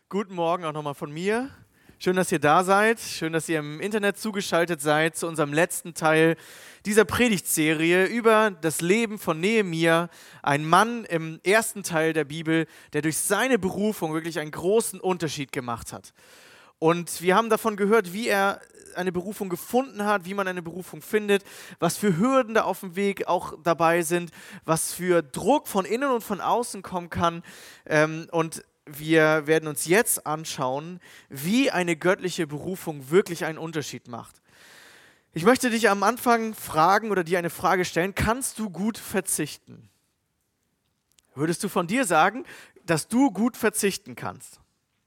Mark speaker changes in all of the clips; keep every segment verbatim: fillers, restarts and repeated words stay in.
Speaker 1: Guten Morgen auch nochmal von mir. Schön, dass ihr da seid. Schön, dass ihr im Internet zugeschaltet seid zu unserem letzten Teil dieser Predigtserie über das Leben von Nehemia, ein Mann im ersten Teil der Bibel, der durch seine Berufung wirklich einen großen Unterschied gemacht hat. Und wir haben davon gehört, wie er eine Berufung gefunden hat, wie man eine Berufung findet, was für Hürden da auf dem Weg auch dabei sind, was für Druck von innen und von außen kommen kann. Ähm, und wir werden uns jetzt anschauen, wie eine göttliche Berufung wirklich einen Unterschied macht. Ich möchte dich am Anfang fragen oder dir eine Frage stellen: Kannst du gut verzichten? Würdest du von dir sagen, dass du gut verzichten kannst?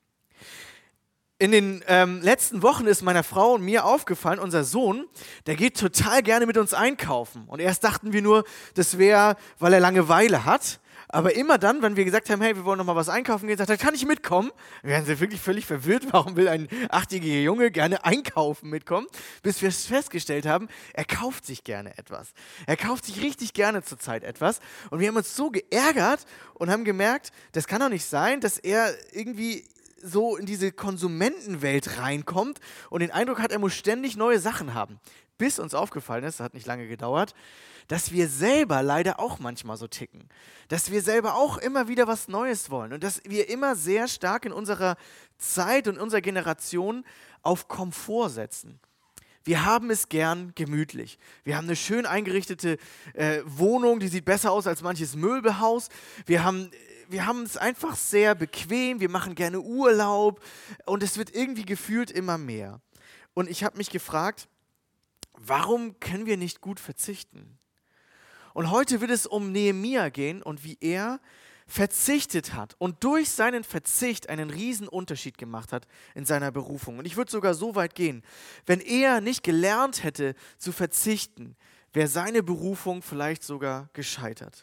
Speaker 1: In den ähm, letzten Wochen ist meiner Frau und mir aufgefallen, unser Sohn, der geht total gerne mit uns einkaufen. Und erst dachten wir nur, das wäre, weil er Langeweile hat. Aber immer dann, wenn wir gesagt haben, hey, wir wollen noch mal was einkaufen gehen, sagt er, kann ich mitkommen? Wir waren sie wirklich völlig verwirrt, warum will ein achtjähriger Junge gerne einkaufen mitkommen? Bis wir festgestellt haben, er kauft sich gerne etwas. Er kauft sich richtig gerne zurzeit etwas. Und wir haben uns so geärgert und haben gemerkt, das kann doch nicht sein, dass er irgendwie so in diese Konsumentenwelt reinkommt und den Eindruck hat, er muss ständig neue Sachen haben. Bis uns aufgefallen ist, das hat nicht lange gedauert, dass wir selber leider auch manchmal so ticken. Dass wir selber auch immer wieder was Neues wollen und dass wir immer sehr stark in unserer Zeit und unserer Generation auf Komfort setzen. Wir haben es gern gemütlich. Wir haben eine schön eingerichtete äh, Wohnung, die sieht besser aus als manches Möbelhaus. Wir haben, wir haben es einfach sehr bequem, wir machen gerne Urlaub und es wird irgendwie gefühlt immer mehr. Und ich habe mich gefragt, warum können wir nicht gut verzichten? Und heute wird es um Nehemia gehen und wie er verzichtet hat und durch seinen Verzicht einen riesen Unterschied gemacht hat in seiner Berufung. Und ich würde sogar so weit gehen, wenn er nicht gelernt hätte zu verzichten, wäre seine Berufung vielleicht sogar gescheitert.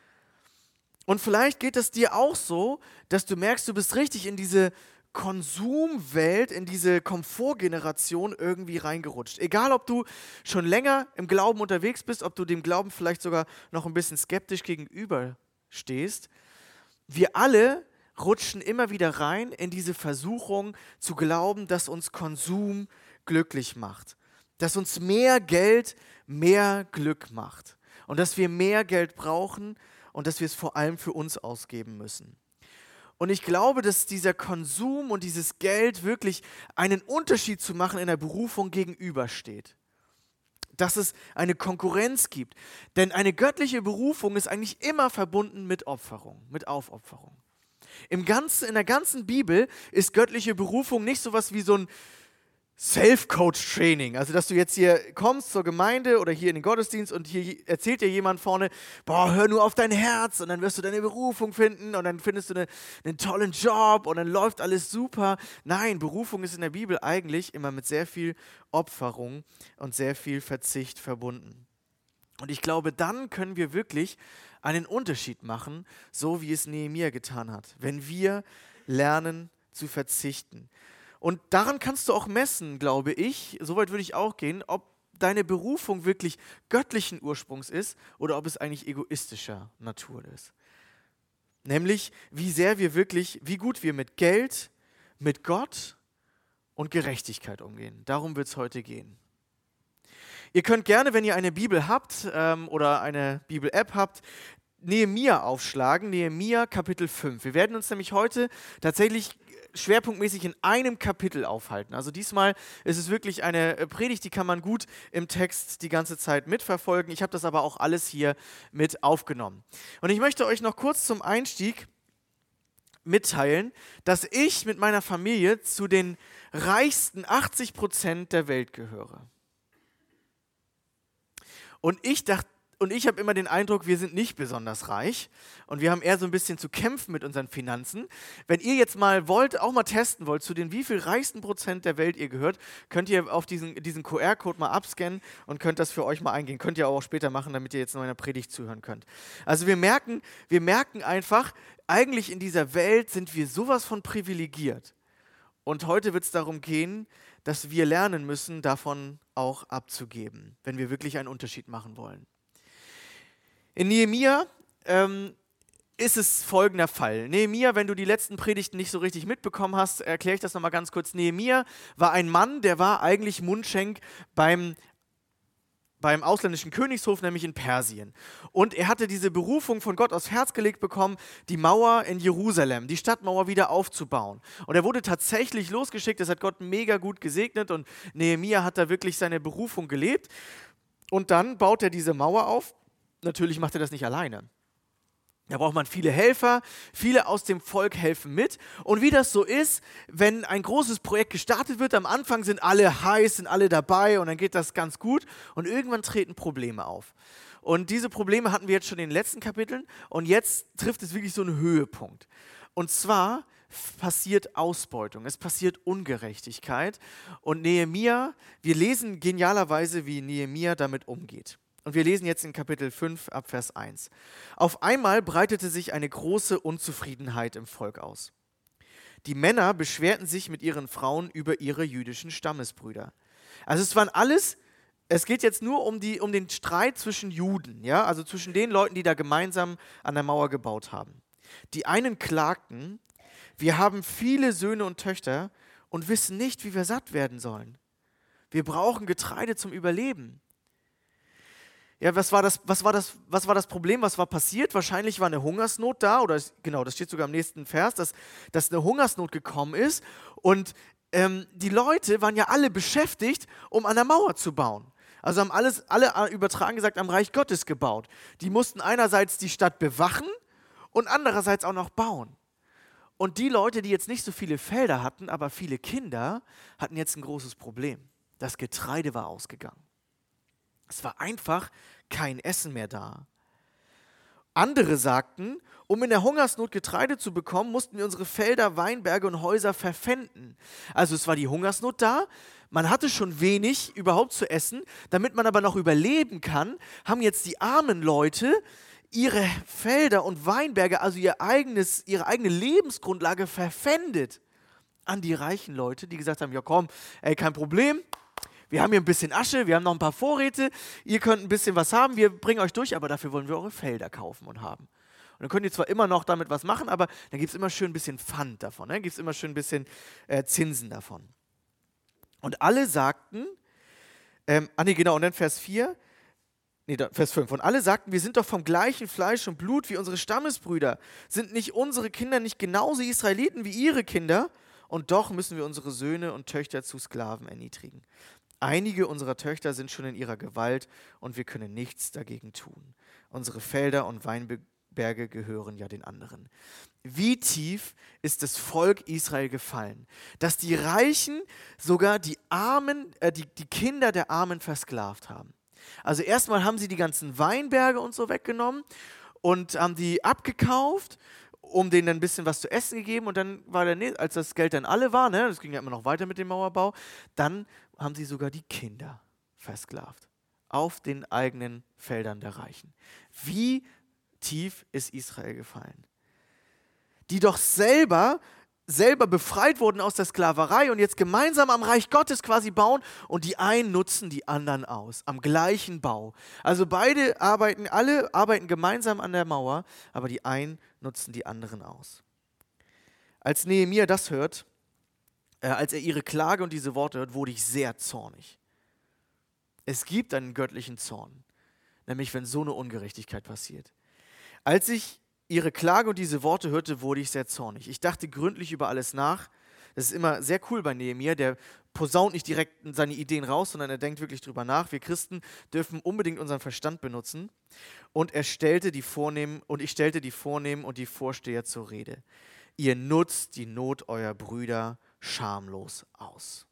Speaker 1: Und vielleicht geht es dir auch so, dass du merkst, du bist richtig in diese Konsumwelt, in diese Komfortgeneration irgendwie reingerutscht. Egal, ob du schon länger im Glauben unterwegs bist, ob du dem Glauben vielleicht sogar noch ein bisschen skeptisch gegenüberstehst. Wir alle rutschen immer wieder rein in diese Versuchung zu glauben, dass uns Konsum glücklich macht. Dass uns mehr Geld mehr Glück macht. Und dass wir mehr Geld brauchen und dass wir es vor allem für uns ausgeben müssen. Und ich glaube, dass dieser Konsum und dieses Geld wirklich einen Unterschied zu machen in der Berufung gegenübersteht. Dass es eine Konkurrenz gibt. Denn eine göttliche Berufung ist eigentlich immer verbunden mit Opferung, mit Aufopferung. Im Ganzen, in der ganzen Bibel ist göttliche Berufung nicht sowas wie so ein Self-Coach-Training, also dass du jetzt hier kommst zur Gemeinde oder hier in den Gottesdienst und hier erzählt dir jemand vorne, boah, hör nur auf dein Herz und dann wirst du deine Berufung finden und dann findest du eine, einen tollen Job und dann läuft alles super. Nein, Berufung ist in der Bibel eigentlich immer mit sehr viel Opferung und sehr viel Verzicht verbunden. Und ich glaube, dann können wir wirklich einen Unterschied machen, so wie es Nehemia getan hat, wenn wir lernen zu verzichten. Und daran kannst du auch messen, glaube ich, soweit würde ich auch gehen, ob deine Berufung wirklich göttlichen Ursprungs ist oder ob es eigentlich egoistischer Natur ist. Nämlich, wie sehr wir wirklich, wie gut wir mit Geld, mit Gott und Gerechtigkeit umgehen. Darum wird es heute gehen. Ihr könnt gerne, wenn ihr eine Bibel habt ähm, oder eine Bibel-App habt, Nehemia aufschlagen, Nehemia Kapitel fünf. Wir werden uns nämlich heute tatsächlich schwerpunktmäßig in einem Kapitel aufhalten. Also diesmal ist es wirklich eine Predigt, die kann man gut im Text die ganze Zeit mitverfolgen. Ich habe das aber auch alles hier mit aufgenommen. Und ich möchte euch noch kurz zum Einstieg mitteilen, dass ich mit meiner Familie zu den reichsten achtzig Prozent der Welt gehöre. Und ich dachte, Und ich habe immer den Eindruck, wir sind nicht besonders reich und wir haben eher so ein bisschen zu kämpfen mit unseren Finanzen. Wenn ihr jetzt mal wollt, auch mal testen wollt, zu den wie viel reichsten Prozent der Welt ihr gehört, könnt ihr auf diesen, diesen Q R-Code mal abscannen und könnt das für euch mal eingehen. Könnt ihr auch später machen, damit ihr jetzt noch in der Predigt zuhören könnt. Also wir merken, wir merken einfach, eigentlich in dieser Welt sind wir sowas von privilegiert. Und heute wird es darum gehen, dass wir lernen müssen, davon auch abzugeben, wenn wir wirklich einen Unterschied machen wollen. In Nehemia ähm, ist es folgender Fall. Nehemia, wenn du die letzten Predigten nicht so richtig mitbekommen hast, erkläre ich das nochmal ganz kurz. Nehemia war ein Mann, der war eigentlich Mundschenk beim beim ausländischen Königshof, nämlich in Persien. Und er hatte diese Berufung von Gott aufs Herz gelegt bekommen, die Mauer in Jerusalem, die Stadtmauer wieder aufzubauen. Und er wurde tatsächlich losgeschickt, das hat Gott mega gut gesegnet und Nehemia hat da wirklich seine Berufung gelebt. Und dann baut er diese Mauer auf. Natürlich macht er das nicht alleine. Da braucht man viele Helfer, viele aus dem Volk helfen mit. Und wie das so ist, wenn ein großes Projekt gestartet wird, am Anfang sind alle heiß, sind alle dabei und dann geht das ganz gut und irgendwann treten Probleme auf. Und diese Probleme hatten wir jetzt schon in den letzten Kapiteln und jetzt trifft es wirklich so einen Höhepunkt. Und zwar passiert Ausbeutung, es passiert Ungerechtigkeit und Nehemia, wir lesen genialerweise, wie Nehemia damit umgeht. Und wir lesen jetzt in Kapitel fünf ab Vers eins. Auf einmal breitete sich eine große Unzufriedenheit im Volk aus. Die Männer beschwerten sich mit ihren Frauen über ihre jüdischen Stammesbrüder. Also es waren alles, es geht jetzt nur um, die, um den Streit zwischen Juden, ja? Also zwischen den Leuten, die da gemeinsam an der Mauer gebaut haben. Die einen klagten, wir haben viele Söhne und Töchter und wissen nicht, wie wir satt werden sollen. Wir brauchen Getreide zum Überleben. Ja, was war das, was war das, was war das Problem, was war passiert? Wahrscheinlich war eine Hungersnot da, oder genau, das steht sogar im nächsten Vers, dass, dass eine Hungersnot gekommen ist und ähm, die Leute waren ja alle beschäftigt, um an der Mauer zu bauen. Also haben alles, alle übertragen gesagt, am Reich Gottes gebaut. Die mussten einerseits die Stadt bewachen und andererseits auch noch bauen. Und die Leute, die jetzt nicht so viele Felder hatten, aber viele Kinder, hatten jetzt ein großes Problem. Das Getreide war ausgegangen. Es war einfach kein Essen mehr da. Andere sagten, um in der Hungersnot Getreide zu bekommen, mussten wir unsere Felder, Weinberge und Häuser verpfänden. Also es war die Hungersnot da, man hatte schon wenig überhaupt zu essen, damit man aber noch überleben kann, haben jetzt die armen Leute ihre Felder und Weinberge, also ihr eigenes, ihre eigene Lebensgrundlage verpfändet an die reichen Leute, die gesagt haben, ja komm, ey, kein Problem, wir haben hier ein bisschen Asche, wir haben noch ein paar Vorräte, ihr könnt ein bisschen was haben, wir bringen euch durch, aber dafür wollen wir eure Felder kaufen und haben. Und dann könnt ihr zwar immer noch damit was machen, aber dann gibt es immer schön ein bisschen Pfand davon, dann gibt es immer schön ein bisschen äh, Zinsen davon. Und alle sagten, ähm, ah nee, genau, und dann Vers vier, nee, Vers fünf, und alle sagten, wir sind doch vom gleichen Fleisch und Blut wie unsere Stammesbrüder. Sind nicht unsere Kinder nicht genauso Israeliten wie ihre Kinder? Und doch müssen wir unsere Söhne und Töchter zu Sklaven erniedrigen. Einige unserer Töchter sind schon in ihrer Gewalt und wir können nichts dagegen tun. Unsere Felder und Weinberge gehören ja den anderen. Wie tief ist das Volk Israel gefallen, dass die Reichen sogar die Armen, äh, die, die Kinder der Armen versklavt haben. Also erstmal haben sie die ganzen Weinberge und so weggenommen und haben die abgekauft, um denen dann ein bisschen was zu essen gegeben und dann war der, als das Geld dann alle war, ne, das ging ja immer noch weiter mit dem Mauerbau, dann haben sie sogar die Kinder versklavt auf den eigenen Feldern der Reichen. Wie tief ist Israel gefallen? Die doch selber, selber befreit wurden aus der Sklaverei und jetzt gemeinsam am Reich Gottes quasi bauen und die einen nutzen die anderen aus, am gleichen Bau. Also beide arbeiten, alle arbeiten gemeinsam an der Mauer, aber die einen nutzen die anderen aus. Als Nehemia das hört, äh, als er ihre Klage und diese Worte hört, wurde ich sehr zornig. Es gibt einen göttlichen Zorn, nämlich wenn so eine Ungerechtigkeit passiert. Als ich ihre Klage und diese Worte hörte, wurde ich sehr zornig. Ich dachte gründlich über alles nach. Das ist immer sehr cool bei Nehemia, der posaunt nicht direkt seine Ideen raus, sondern er denkt wirklich drüber nach. Wir Christen dürfen unbedingt unseren Verstand benutzen. Und er stellte die Vornehmen, und ich stellte die Vornehmen und die Vorsteher zur Rede. Ihr nutzt die Not eurer Brüder schamlos aus.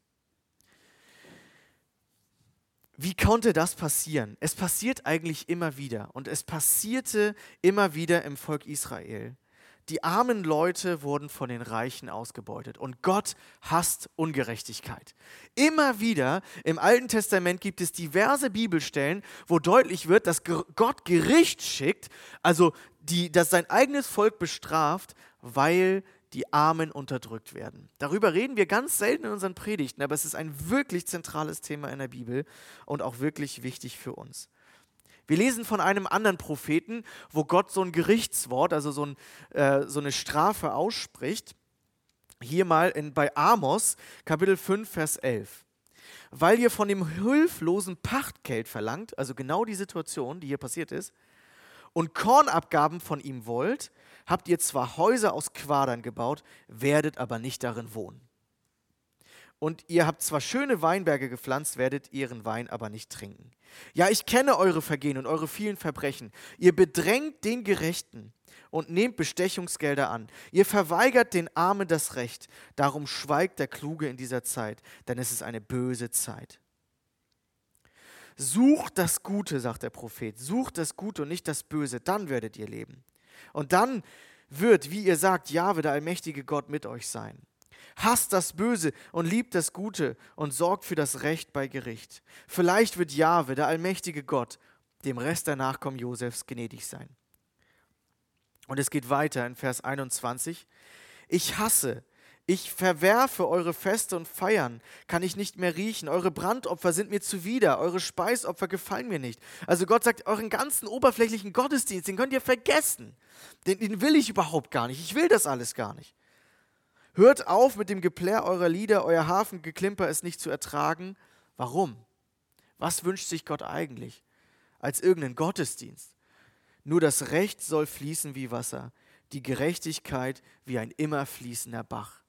Speaker 1: Wie konnte das passieren? Es passiert eigentlich immer wieder und es passierte immer wieder im Volk Israel. Die armen Leute wurden von den Reichen ausgebeutet und Gott hasst Ungerechtigkeit. Immer wieder im Alten Testament gibt es diverse Bibelstellen, wo deutlich wird, dass Gott Gericht schickt, also die, dass sein eigenes Volk bestraft, weil die Armen unterdrückt werden. Darüber reden wir ganz selten in unseren Predigten, aber es ist ein wirklich zentrales Thema in der Bibel und auch wirklich wichtig für uns. Wir lesen von einem anderen Propheten, wo Gott so ein Gerichtswort, also so, ein, äh, so eine Strafe ausspricht. Hier mal in, bei Amos, Kapitel fünf, Vers elf. Weil ihr von dem Hilflosen Pachtgeld verlangt, also genau die Situation, die hier passiert ist, und Kornabgaben von ihm wollt, habt ihr zwar Häuser aus Quadern gebaut, werdet aber nicht darin wohnen. Und ihr habt zwar schöne Weinberge gepflanzt, werdet ihren Wein aber nicht trinken. Ja, ich kenne eure Vergehen und eure vielen Verbrechen. Ihr bedrängt den Gerechten und nehmt Bestechungsgelder an. Ihr verweigert den Armen das Recht. Darum schweigt der Kluge in dieser Zeit, denn es ist eine böse Zeit. Sucht das Gute, sagt der Prophet, sucht das Gute und nicht das Böse, dann werdet ihr leben. Und dann wird, wie ihr sagt, Jahwe, der allmächtige Gott, mit euch sein. Hasst das Böse und liebt das Gute und sorgt für das Recht bei Gericht. Vielleicht wird Jahwe, der allmächtige Gott, dem Rest der Nachkommen Josefs gnädig sein. Und es geht weiter in Vers einundzwanzig. Ich hasse, ich verwerfe eure Feste und Feiern, kann ich nicht mehr riechen. Eure Brandopfer sind mir zuwider, eure Speisopfer gefallen mir nicht. Also Gott sagt, euren ganzen oberflächlichen Gottesdienst, den könnt ihr vergessen. Den, den will ich überhaupt gar nicht. Ich will das alles gar nicht. Hört auf mit dem Geplärr eurer Lieder, euer Hafengeklimper ist nicht zu ertragen. Warum? Was wünscht sich Gott eigentlich? Als irgendeinen Gottesdienst. Nur das Recht soll fließen wie Wasser, die Gerechtigkeit wie ein immer fließender Bach.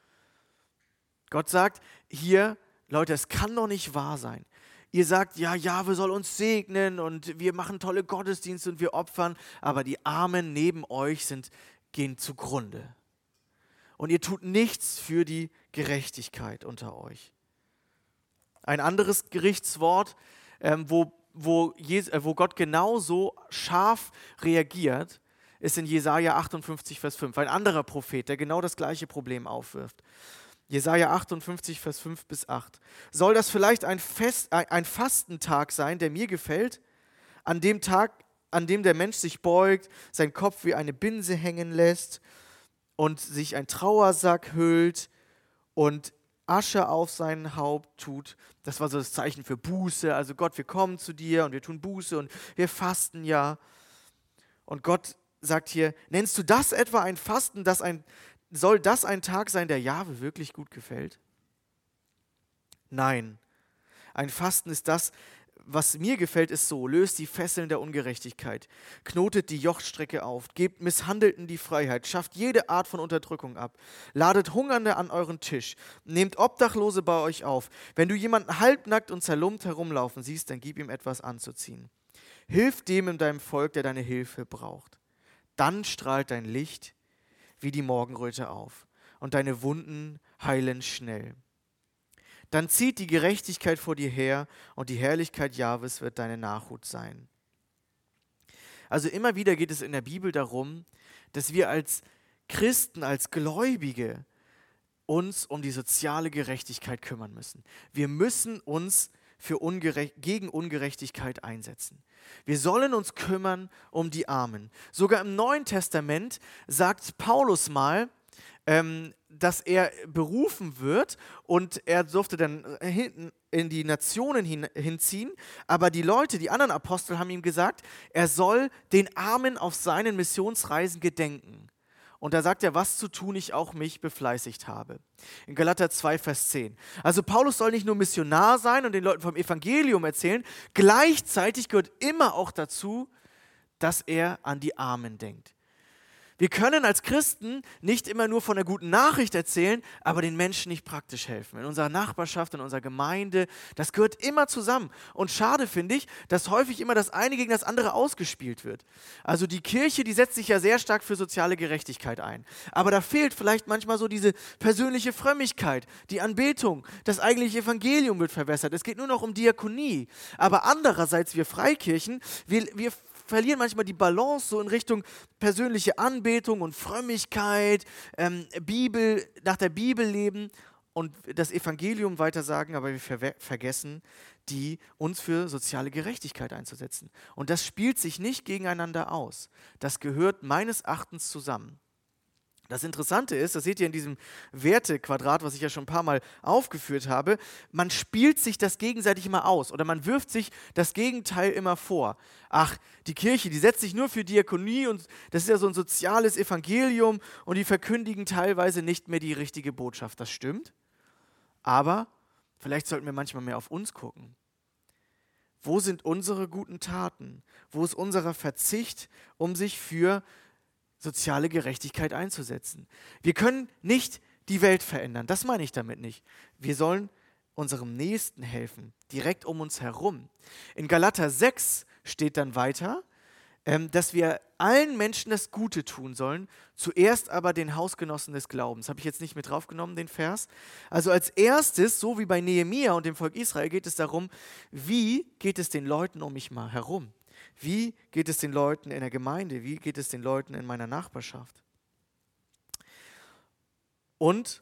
Speaker 1: Gott sagt hier, Leute, es kann doch nicht wahr sein. Ihr sagt, ja, Jahwe soll uns segnen und wir machen tolle Gottesdienste und wir opfern, aber die Armen neben euch sind, gehen zugrunde. Und ihr tut nichts für die Gerechtigkeit unter euch. Ein anderes Gerichtswort, ähm, wo, wo, Jes- äh, wo Gott genauso scharf reagiert, ist in Jesaja achtundfünfzig, Vers fünf. Ein anderer Prophet, der genau das gleiche Problem aufwirft. Jesaja achtundfünfzig, Vers fünf bis acht. Soll das vielleicht ein, Fest, ein Fastentag sein, der mir gefällt? An dem Tag, an dem der Mensch sich beugt, seinen Kopf wie eine Binse hängen lässt und sich ein Trauersack hüllt und Asche auf sein Haupt tut. Das war so das Zeichen für Buße. Also Gott, wir kommen zu dir und wir tun Buße und wir fasten ja. Und Gott sagt hier, nennst du das etwa ein Fasten, das ein, soll das ein Tag sein, der Jahwe wirklich gut gefällt? Nein, ein Fasten ist das, was mir gefällt, ist so: löst die Fesseln der Ungerechtigkeit, knotet die Jochstrecke auf, gebt Misshandelten die Freiheit, schafft jede Art von Unterdrückung ab, ladet Hungernde an euren Tisch, nehmt Obdachlose bei euch auf. Wenn du jemanden halbnackt und zerlumpt herumlaufen siehst, dann gib ihm etwas anzuziehen. Hilf dem in deinem Volk, der deine Hilfe braucht. Dann strahlt dein Licht wie die Morgenröte auf und deine Wunden heilen schnell. Dann zieht die Gerechtigkeit vor dir her und die Herrlichkeit Jahwes wird deine Nachhut sein. Also immer wieder geht es in der Bibel darum, dass wir als Christen, als Gläubige uns um die soziale Gerechtigkeit kümmern müssen. Wir müssen uns für Ungerecht, gegen Ungerechtigkeit einsetzen. Wir sollen uns kümmern um die Armen. Sogar im Neuen Testament sagt Paulus mal, ähm, dass er berufen wird und er durfte dann hinten in die Nationen hin, hinziehen, aber die Leute, die anderen Apostel haben ihm gesagt, er soll den Armen auf seinen Missionsreisen gedenken. Und da sagt er, was zu tun ich auch mich befleißigt habe. In Galater zwei, Vers zehn. Also Paulus soll nicht nur Missionar sein und den Leuten vom Evangelium erzählen, gleichzeitig gehört immer auch dazu, dass er an die Armen denkt. Wir können als Christen nicht immer nur von der guten Nachricht erzählen, aber den Menschen nicht praktisch helfen. In unserer Nachbarschaft, in unserer Gemeinde, das gehört immer zusammen. Und schade finde ich, dass häufig immer das eine gegen das andere ausgespielt wird. Also die Kirche, die setzt sich ja sehr stark für soziale Gerechtigkeit ein. Aber da fehlt vielleicht manchmal so diese persönliche Frömmigkeit, die Anbetung, das eigentliche Evangelium wird verwässert. Es geht nur noch um Diakonie. Aber andererseits, wir Freikirchen, wir, wir verlieren manchmal die Balance so in Richtung persönliche Anbetung und Frömmigkeit, ähm, Bibel, nach der Bibel leben und das Evangelium weitersagen, aber wir ver- vergessen, die uns für soziale Gerechtigkeit einzusetzen. Und das spielt sich nicht gegeneinander aus. Das gehört meines Erachtens zusammen. Das Interessante ist, das seht ihr in diesem Wertequadrat, was ich ja schon ein paar Mal aufgeführt habe, man spielt sich das gegenseitig immer aus oder man wirft sich das Gegenteil immer vor. Ach, die Kirche, die setzt sich nur für Diakonie und das ist ja so ein soziales Evangelium und die verkündigen teilweise nicht mehr die richtige Botschaft. Das stimmt, aber vielleicht sollten wir manchmal mehr auf uns gucken. Wo sind unsere guten Taten? Wo ist unser Verzicht, um sich für soziale Gerechtigkeit einzusetzen? Wir können nicht die Welt verändern, das meine ich damit nicht. Wir sollen unserem Nächsten helfen, direkt um uns herum. In Galater sechs steht dann weiter, ähm, dass wir allen Menschen das Gute tun sollen, zuerst aber den Hausgenossen des Glaubens. Habe ich jetzt nicht mit draufgenommen, den Vers. Also als erstes, so wie bei Nehemia und dem Volk Israel, geht es darum, wie geht es den Leuten um mich mal herum? Wie geht es den Leuten in der Gemeinde? Wie geht es den Leuten in meiner Nachbarschaft? Und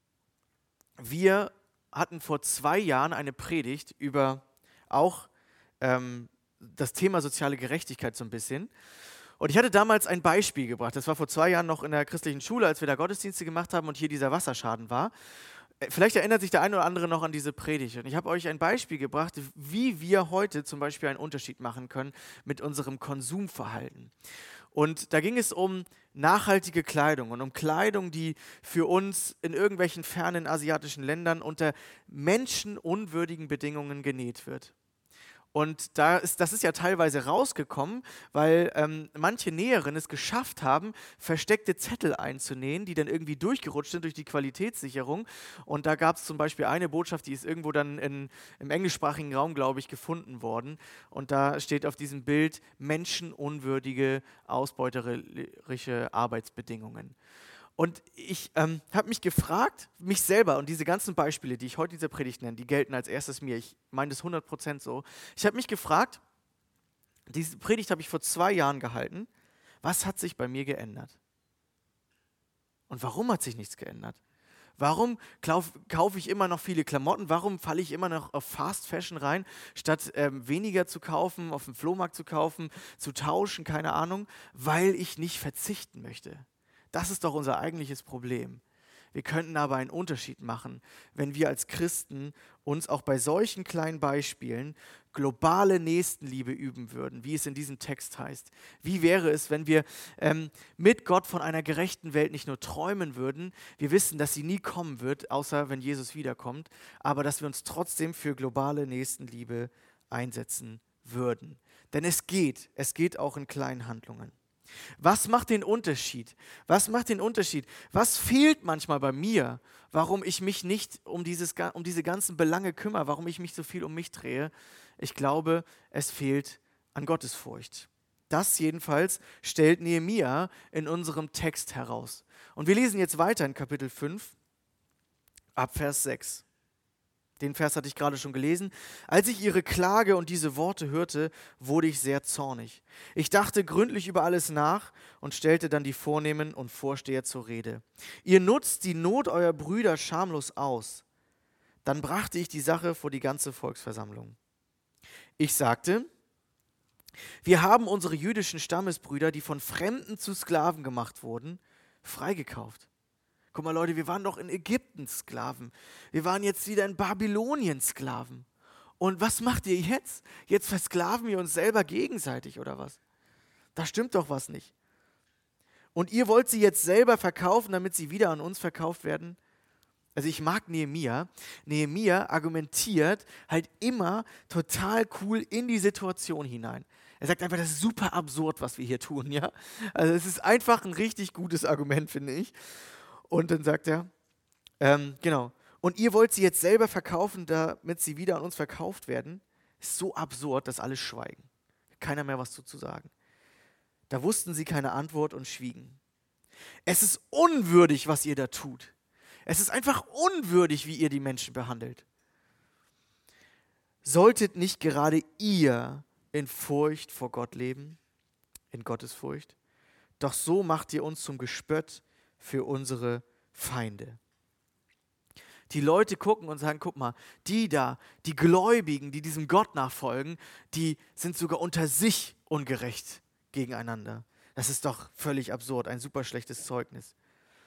Speaker 1: wir hatten vor zwei Jahren eine Predigt über auch ähm, das Thema soziale Gerechtigkeit so ein bisschen. Und ich hatte damals ein Beispiel gebracht. Das war vor zwei Jahren noch in der christlichen Schule, als wir da Gottesdienste gemacht haben und hier dieser Wasserschaden war. Vielleicht erinnert sich der eine oder andere noch an diese Predigt. Und ich habe euch ein Beispiel gebracht, wie wir heute zum Beispiel einen Unterschied machen können mit unserem Konsumverhalten. Und da ging es um nachhaltige Kleidung und um Kleidung, die für uns in irgendwelchen fernen asiatischen Ländern unter menschenunwürdigen Bedingungen genäht wird. Und da ist, das ist ja teilweise rausgekommen, weil ähm, manche Näherinnen es geschafft haben, versteckte Zettel einzunähen, die dann irgendwie durchgerutscht sind durch die Qualitätssicherung. Und da gab es zum Beispiel eine Botschaft, die ist irgendwo dann in, im englischsprachigen Raum, glaube ich, gefunden worden. Und da steht auf diesem Bild menschenunwürdige, ausbeuterische Arbeitsbedingungen. Und ich ähm, habe mich gefragt, mich selber und diese ganzen Beispiele, die ich heute in dieser Predigt nenne, die gelten als erstes mir. Ich meine das hundert Prozent so. Ich habe mich gefragt, diese Predigt habe ich vor zwei Jahren gehalten, was hat sich bei mir geändert? Und warum hat sich nichts geändert? Warum kaufe ich immer noch viele Klamotten? Warum falle ich immer noch auf Fast Fashion rein, statt ähm, weniger zu kaufen, auf dem Flohmarkt zu kaufen, zu tauschen, keine Ahnung? Weil ich nicht verzichten möchte. Das ist doch unser eigentliches Problem. Wir könnten aber einen Unterschied machen, wenn wir als Christen uns auch bei solchen kleinen Beispielen globale Nächstenliebe üben würden, wie es in diesem Text heißt. Wie wäre es, wenn wir ähm, mit Gott von einer gerechten Welt nicht nur träumen würden, wir wissen, dass sie nie kommen wird, außer wenn Jesus wiederkommt, aber dass wir uns trotzdem für globale Nächstenliebe einsetzen würden. Denn es geht, es geht auch in kleinen Handlungen. Was macht den Unterschied? Was macht den Unterschied? Was fehlt manchmal bei mir, warum ich mich nicht um, dieses, um diese ganzen Belange kümmere, warum ich mich so viel um mich drehe? Ich glaube, es fehlt an Gottesfurcht. Das jedenfalls stellt Nehemia in unserem Text heraus. Und wir lesen jetzt weiter in Kapitel fünf, ab Vers sechs. Den Vers hatte ich gerade schon gelesen. Als ich ihre Klage und diese Worte hörte, wurde ich sehr zornig. Ich dachte gründlich über alles nach und stellte dann die Vornehmen und Vorsteher zur Rede. Ihr nutzt die Not eurer Brüder schamlos aus. Dann brachte ich die Sache vor die ganze Volksversammlung. Ich sagte, wir haben unsere jüdischen Stammesbrüder, die von Fremden zu Sklaven gemacht wurden, freigekauft. Guck mal, Leute, wir waren doch in Ägypten Sklaven. Wir waren jetzt wieder in Babylonien Sklaven. Und was macht ihr jetzt? Jetzt versklaven wir uns selber gegenseitig, oder was? Da stimmt doch was nicht. Und ihr wollt sie jetzt selber verkaufen, damit sie wieder an uns verkauft werden? Also ich mag Nehemia. Nehemia argumentiert halt immer total cool in die Situation hinein. Er sagt einfach, das ist super absurd, was wir hier tun, ja? Also es ist einfach ein richtig gutes Argument, finde ich. Und dann sagt er, ähm, genau, und ihr wollt sie jetzt selber verkaufen, damit sie wieder an uns verkauft werden? Ist so absurd, dass alle schweigen. Keiner mehr was dazu sagen. Da wussten sie keine Antwort und schwiegen. Es ist unwürdig, was ihr da tut. Es ist einfach unwürdig, wie ihr die Menschen behandelt. Solltet nicht gerade ihr in Furcht vor Gott leben? In Gottes Furcht? Doch so macht ihr uns zum Gespött für unsere Feinde. Die Leute gucken und sagen, guck mal, die da, die Gläubigen, die diesem Gott nachfolgen, die sind sogar unter sich ungerecht gegeneinander. Das ist doch völlig absurd, ein super schlechtes Zeugnis.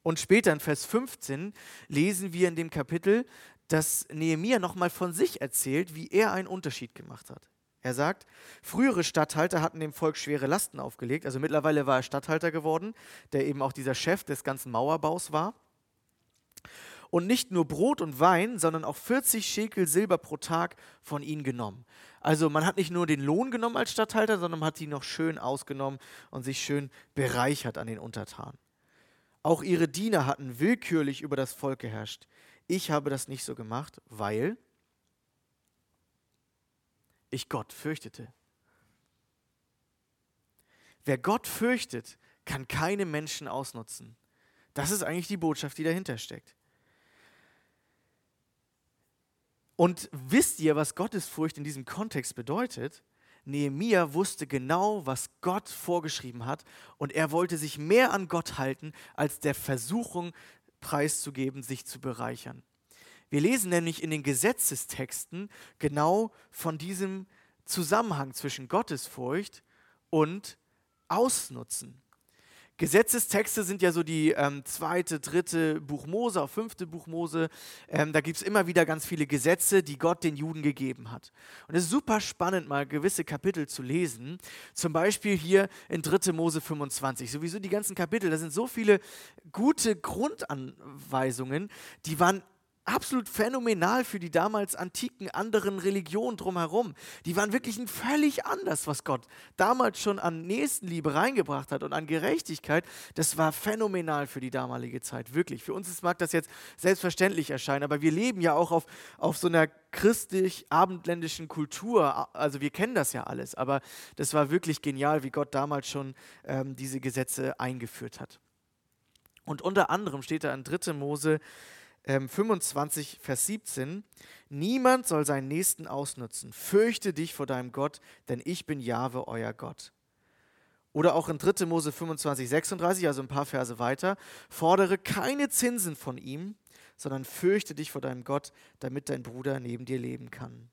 Speaker 1: Und später in Vers fünfzehn lesen wir in dem Kapitel, dass Nehemia nochmal von sich erzählt, wie er einen Unterschied gemacht hat. Er sagt, frühere Statthalter hatten dem Volk schwere Lasten aufgelegt, also mittlerweile war er Statthalter geworden, der eben auch dieser Chef des ganzen Mauerbaus war. Und nicht nur Brot und Wein, sondern auch vierzig Schekel Silber pro Tag von ihnen genommen. Also man hat nicht nur den Lohn genommen als Statthalter, sondern man hat ihn noch schön ausgenommen und sich schön bereichert an den Untertanen. Auch ihre Diener hatten willkürlich über das Volk geherrscht. Ich habe das nicht so gemacht, weil ich Gott fürchtete. Wer Gott fürchtet, kann keine Menschen ausnutzen. Das ist eigentlich die Botschaft, die dahinter steckt. Und wisst ihr, was Gottesfurcht in diesem Kontext bedeutet? Nehemia wusste genau, was Gott vorgeschrieben hat, und er wollte sich mehr an Gott halten, als der Versuchung preiszugeben, sich zu bereichern. Wir lesen nämlich in den Gesetzestexten genau von diesem Zusammenhang zwischen Gottesfurcht und Ausnutzen. Gesetzestexte sind ja so die ähm, zweite, dritte Buch Mose, auch fünfte Buch Mose. Ähm, da gibt es immer wieder ganz viele Gesetze, die Gott den Juden gegeben hat. Und es ist super spannend, mal gewisse Kapitel zu lesen. Zum Beispiel hier in dritte Mose fünfundzwanzig. Sowieso die ganzen Kapitel, da sind so viele gute Grundanweisungen, die waren absolut phänomenal für die damals antiken anderen Religionen drumherum. Die waren wirklich ein völlig anders, was Gott damals schon an Nächstenliebe reingebracht hat und an Gerechtigkeit. Das war phänomenal für die damalige Zeit, wirklich. Für uns ist, mag das jetzt selbstverständlich erscheinen, aber wir leben ja auch auf, auf so einer christlich-abendländischen Kultur. Also wir kennen das ja alles, aber das war wirklich genial, wie Gott damals schon ähm, diese Gesetze eingeführt hat. Und unter anderem steht da in dritte Mose fünfundzwanzig, Vers siebzehn, niemand soll seinen Nächsten ausnutzen. Fürchte dich vor deinem Gott, denn ich bin Jahwe, euer Gott. Oder auch in dritte Mose fünfundzwanzig, sechsunddreißig, also ein paar Verse weiter, fordere keine Zinsen von ihm, sondern fürchte dich vor deinem Gott, damit dein Bruder neben dir leben kann.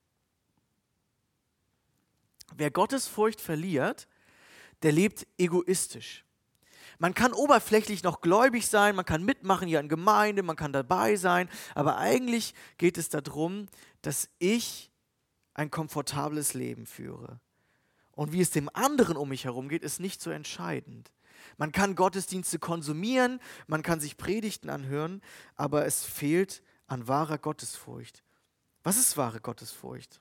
Speaker 1: Wer Gottesfurcht verliert, der lebt egoistisch. Man kann oberflächlich noch gläubig sein, man kann mitmachen hier in Gemeinde, man kann dabei sein, aber eigentlich geht es darum, dass ich ein komfortables Leben führe. Und wie es dem anderen um mich herum geht, ist nicht so entscheidend. Man kann Gottesdienste konsumieren, man kann sich Predigten anhören, aber es fehlt an wahrer Gottesfurcht. Was ist wahre Gottesfurcht?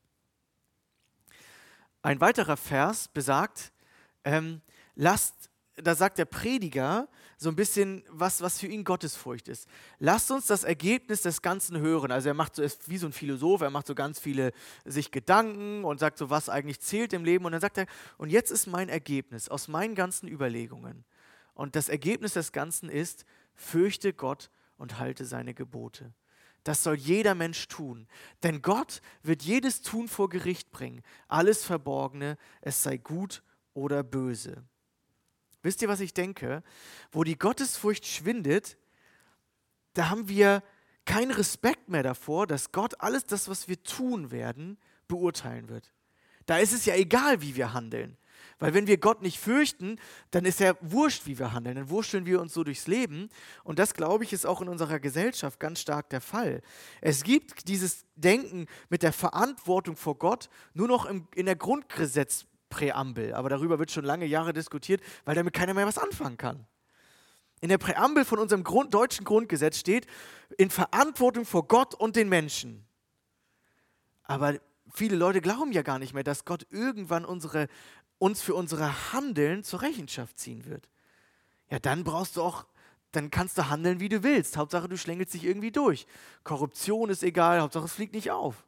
Speaker 1: Ein weiterer Vers besagt, ähm, lasst Da sagt der Prediger so ein bisschen, was, was für ihn Gottesfurcht ist. Lasst uns das Ergebnis des Ganzen hören. Also er macht so, ist wie so ein Philosoph, er macht so ganz viele sich Gedanken und sagt so, was eigentlich zählt im Leben. Und dann sagt er, und jetzt ist mein Ergebnis aus meinen ganzen Überlegungen. Und das Ergebnis des Ganzen ist, fürchte Gott und halte seine Gebote. Das soll jeder Mensch tun. Denn Gott wird jedes Tun vor Gericht bringen. Alles Verborgene, es sei gut oder böse. Wisst ihr, was ich denke? Wo die Gottesfurcht schwindet, da haben wir keinen Respekt mehr davor, dass Gott alles das, was wir tun werden, beurteilen wird. Da ist es ja egal, wie wir handeln. Weil wenn wir Gott nicht fürchten, dann ist ja wurscht, wie wir handeln. Dann wurschteln wir uns so durchs Leben. Und das, glaube ich, ist auch in unserer Gesellschaft ganz stark der Fall. Es gibt dieses Denken mit der Verantwortung vor Gott nur noch im, in der Grundgesetz Präambel, aber darüber wird schon lange Jahre diskutiert, weil damit keiner mehr was anfangen kann. In der Präambel von unserem Grund, deutschen Grundgesetz steht, in Verantwortung vor Gott und den Menschen. Aber viele Leute glauben ja gar nicht mehr, dass Gott irgendwann unsere, uns für unsere Handeln zur Rechenschaft ziehen wird. Ja, dann brauchst du auch, dann kannst du handeln, wie du willst. Hauptsache, du schlängelst dich irgendwie durch. Korruption ist egal, Hauptsache, es fliegt nicht auf.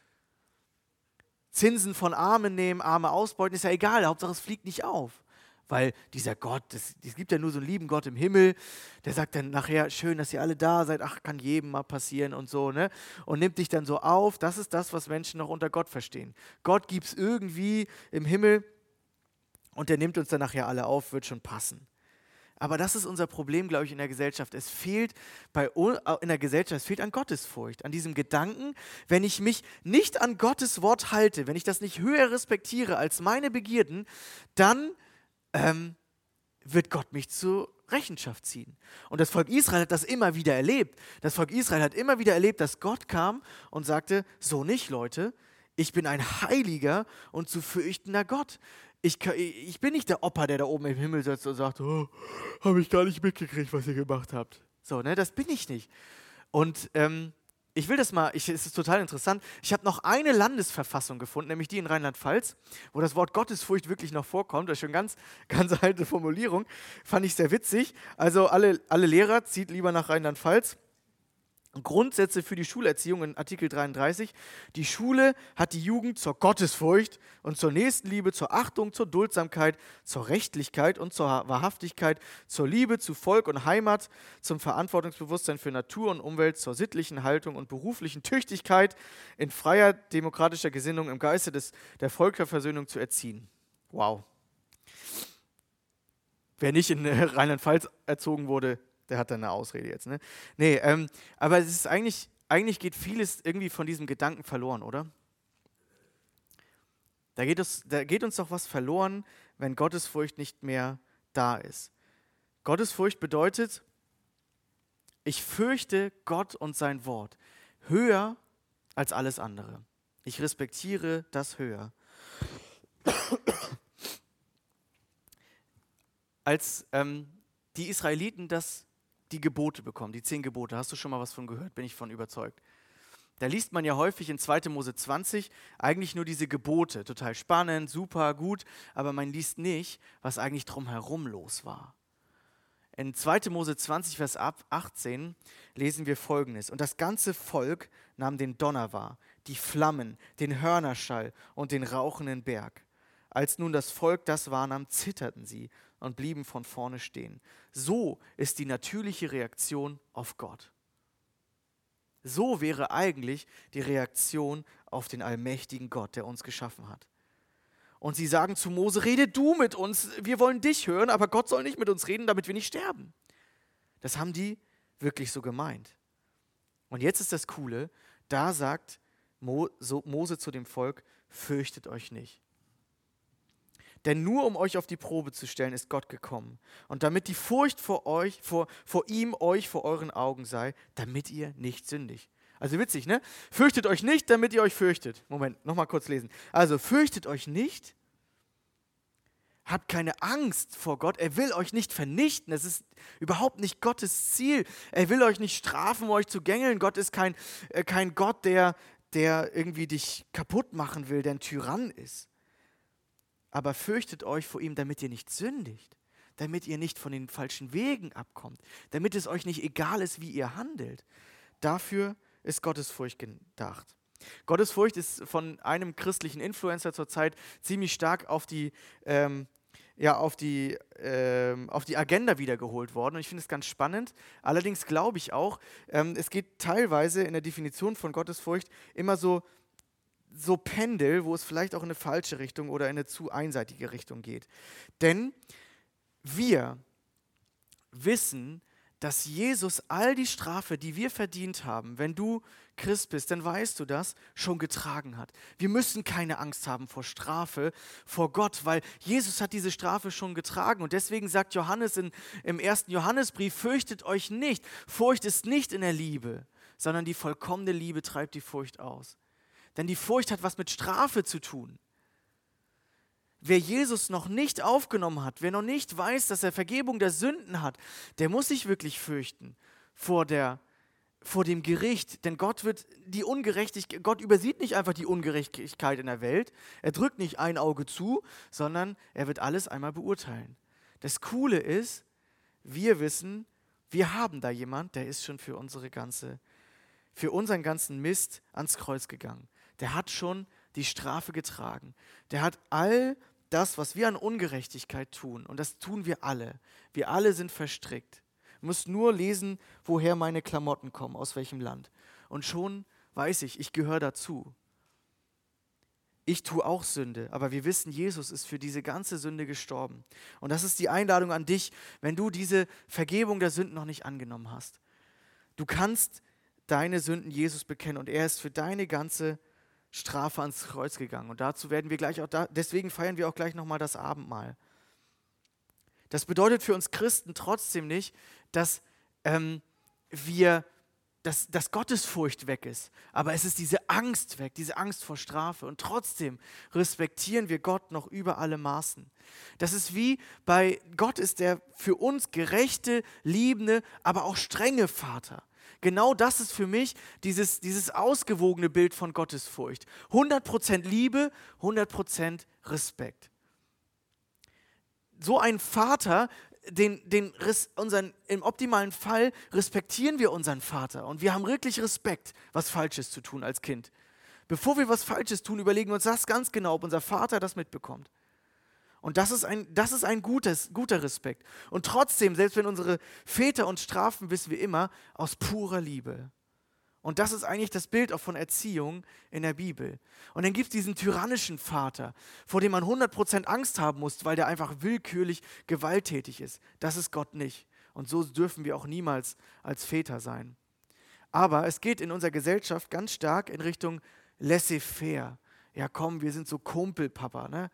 Speaker 1: Zinsen von Armen nehmen, Arme ausbeuten, ist ja egal, Hauptsache es fliegt nicht auf. Weil dieser Gott, es gibt ja nur so einen lieben Gott im Himmel, der sagt dann nachher, schön, dass ihr alle da seid, ach, kann jedem mal passieren und so, ne? Und nimmt dich dann so auf, das ist das, was Menschen noch unter Gott verstehen. Gott gibt es irgendwie im Himmel und der nimmt uns dann nachher alle auf, wird schon passen. Aber das ist unser Problem, glaube ich, in der Gesellschaft. Es fehlt bei, in der Gesellschaft, es fehlt an Gottesfurcht, an diesem Gedanken, wenn ich mich nicht an Gottes Wort halte, wenn ich das nicht höher respektiere als meine Begierden, dann ähm, wird Gott mich zu Rechenschaft ziehen. Und das Volk Israel hat das immer wieder erlebt. Das Volk Israel hat immer wieder erlebt, dass Gott kam und sagte, so nicht, Leute, ich bin ein heiliger und zu fürchtender Gott. Ich, ich bin nicht der Opa, der da oben im Himmel sitzt und sagt, oh, habe ich gar nicht mitgekriegt, was ihr gemacht habt. So, ne, das bin ich nicht. Und ähm, ich will das mal, ich, es ist total interessant, ich habe noch eine Landesverfassung gefunden, nämlich die in Rheinland-Pfalz, wo das Wort Gottesfurcht wirklich noch vorkommt. Das ist schon ganz, ganz alte Formulierung, fand ich sehr witzig. Also alle, alle Lehrer, zieht lieber nach Rheinland-Pfalz. Grundsätze für die Schulerziehung in Artikel dreiunddreißig. Die Schule hat die Jugend zur Gottesfurcht und zur Nächstenliebe, zur Achtung, zur Duldsamkeit, zur Rechtlichkeit und zur Wahrhaftigkeit, zur Liebe zu Volk und Heimat, zum Verantwortungsbewusstsein für Natur und Umwelt, zur sittlichen Haltung und beruflichen Tüchtigkeit in freier demokratischer Gesinnung im Geiste des, der Völkerversöhnung zu erziehen. Wow. Wer nicht in Rheinland-Pfalz erzogen wurde, der hat dann eine Ausrede jetzt, ne? Nee, ähm, aber es ist eigentlich, eigentlich geht vieles irgendwie von diesem Gedanken verloren, oder? Da geht, es, da geht uns doch was verloren, wenn Gottesfurcht nicht mehr da ist. Gottesfurcht bedeutet, ich fürchte Gott und sein Wort höher als alles andere. Ich respektiere das höher. Als ähm, die Israeliten das die Gebote bekommen, die zehn Gebote. Hast du schon mal was von gehört? Bin ich von überzeugt. Da liest man ja häufig in zweiter Mose zwanzig eigentlich nur diese Gebote. Total spannend, super, gut, aber man liest nicht, was eigentlich drumherum los war. In zweiter Mose zwanzig, Vers achtzehn lesen wir Folgendes. Und das ganze Volk nahm den Donner wahr, die Flammen, den Hörnerschall und den rauchenden Berg. Als nun das Volk das wahrnahm, zitterten sie und blieben von vorne stehen. So ist die natürliche Reaktion auf Gott. So wäre eigentlich die Reaktion auf den allmächtigen Gott, der uns geschaffen hat. Und sie sagen zu Mose, rede du mit uns, wir wollen dich hören, aber Gott soll nicht mit uns reden, damit wir nicht sterben. Das haben die wirklich so gemeint. Und jetzt ist das Coole, da sagt Mo, so Mose zu dem Volk, fürchtet euch nicht. Denn nur um euch auf die Probe zu stellen, ist Gott gekommen. Und damit die Furcht vor euch, vor, vor ihm euch vor euren Augen sei, damit ihr nicht sündigt. Also witzig, ne? Fürchtet euch nicht, damit ihr euch fürchtet. Moment, nochmal kurz lesen. Also fürchtet euch nicht, habt keine Angst vor Gott. Er will euch nicht vernichten. Das ist überhaupt nicht Gottes Ziel. Er will euch nicht strafen, um euch zu gängeln. Gott ist kein, äh, kein Gott, der, der irgendwie dich kaputt machen will, der ein Tyrann ist. Aber fürchtet euch vor ihm, damit ihr nicht sündigt, damit ihr nicht von den falschen Wegen abkommt, damit es euch nicht egal ist, wie ihr handelt. Dafür ist Gottesfurcht gedacht. Gottesfurcht ist von einem christlichen Influencer zurzeit ziemlich stark auf die, ähm, ja, auf die, ähm, auf die Agenda wiedergeholt worden. Und ich finde es ganz spannend. Allerdings glaube ich auch, ähm, es geht teilweise in der Definition von Gottesfurcht immer so, so Pendel, wo es vielleicht auch in eine falsche Richtung oder in eine zu einseitige Richtung geht. Denn wir wissen, dass Jesus all die Strafe, die wir verdient haben, wenn du Christ bist, dann weißt du das, schon getragen hat. Wir müssen keine Angst haben vor Strafe, vor Gott, weil Jesus hat diese Strafe schon getragen. Und deswegen sagt Johannes in, im ersten Johannesbrief, fürchtet euch nicht. Furcht ist nicht in der Liebe, sondern die vollkommene Liebe treibt die Furcht aus. Denn die Furcht hat was mit Strafe zu tun. Wer Jesus noch nicht aufgenommen hat, wer noch nicht weiß, dass er Vergebung der Sünden hat, der muss sich wirklich fürchten vor, der, vor dem Gericht. Denn Gott wird die Ungerechtigkeit, Gott übersieht nicht einfach die Ungerechtigkeit in der Welt. Er drückt nicht ein Auge zu, sondern er wird alles einmal beurteilen. Das Coole ist, wir wissen, wir haben da jemand, der ist schon für unsere ganze, für unseren ganzen Mist ans Kreuz gegangen. Der hat schon die Strafe getragen. Der hat all das, was wir an Ungerechtigkeit tun, und das tun wir alle. Wir alle sind verstrickt. Du musst nur lesen, woher meine Klamotten kommen, aus welchem Land. Und schon weiß ich, ich gehöre dazu. Ich tue auch Sünde, aber wir wissen, Jesus ist für diese ganze Sünde gestorben. Und das ist die Einladung an dich, wenn du diese Vergebung der Sünden noch nicht angenommen hast. Du kannst deine Sünden Jesus bekennen und er ist für deine ganze Strafe ans Kreuz gegangen. Und dazu werden wir gleich auch, da, deswegen feiern wir auch gleich nochmal das Abendmahl. Das bedeutet für uns Christen trotzdem nicht, dass ähm, wir, dass, dass Gottesfurcht weg ist. Aber es ist diese Angst weg, diese Angst vor Strafe. Und trotzdem respektieren wir Gott noch über alle Maßen. Das ist wie bei Gott ist der für uns gerechte, liebende, aber auch strenge Vater. Genau das ist für mich dieses, dieses ausgewogene Bild von Gottesfurcht. hundert Prozent Liebe, hundert Prozent Respekt. So ein Vater, den, den unseren, im optimalen Fall respektieren wir unseren Vater und wir haben wirklich Respekt, was Falsches zu tun als Kind. Bevor wir was Falsches tun, überlegen wir uns das ganz genau, ob unser Vater das mitbekommt. Und das ist ein, das ist ein gutes, guter Respekt. Und trotzdem, selbst wenn unsere Väter uns strafen, wissen wir immer, aus purer Liebe. Und das ist eigentlich das Bild auch von Erziehung in der Bibel. Und dann gibt es diesen tyrannischen Vater, vor dem man hundert Prozent Angst haben muss, weil der einfach willkürlich gewalttätig ist. Das ist Gott nicht. Und so dürfen wir auch niemals als Väter sein. Aber es geht in unserer Gesellschaft ganz stark in Richtung laissez-faire. Ja komm, wir sind so Kumpel, Papa, ne?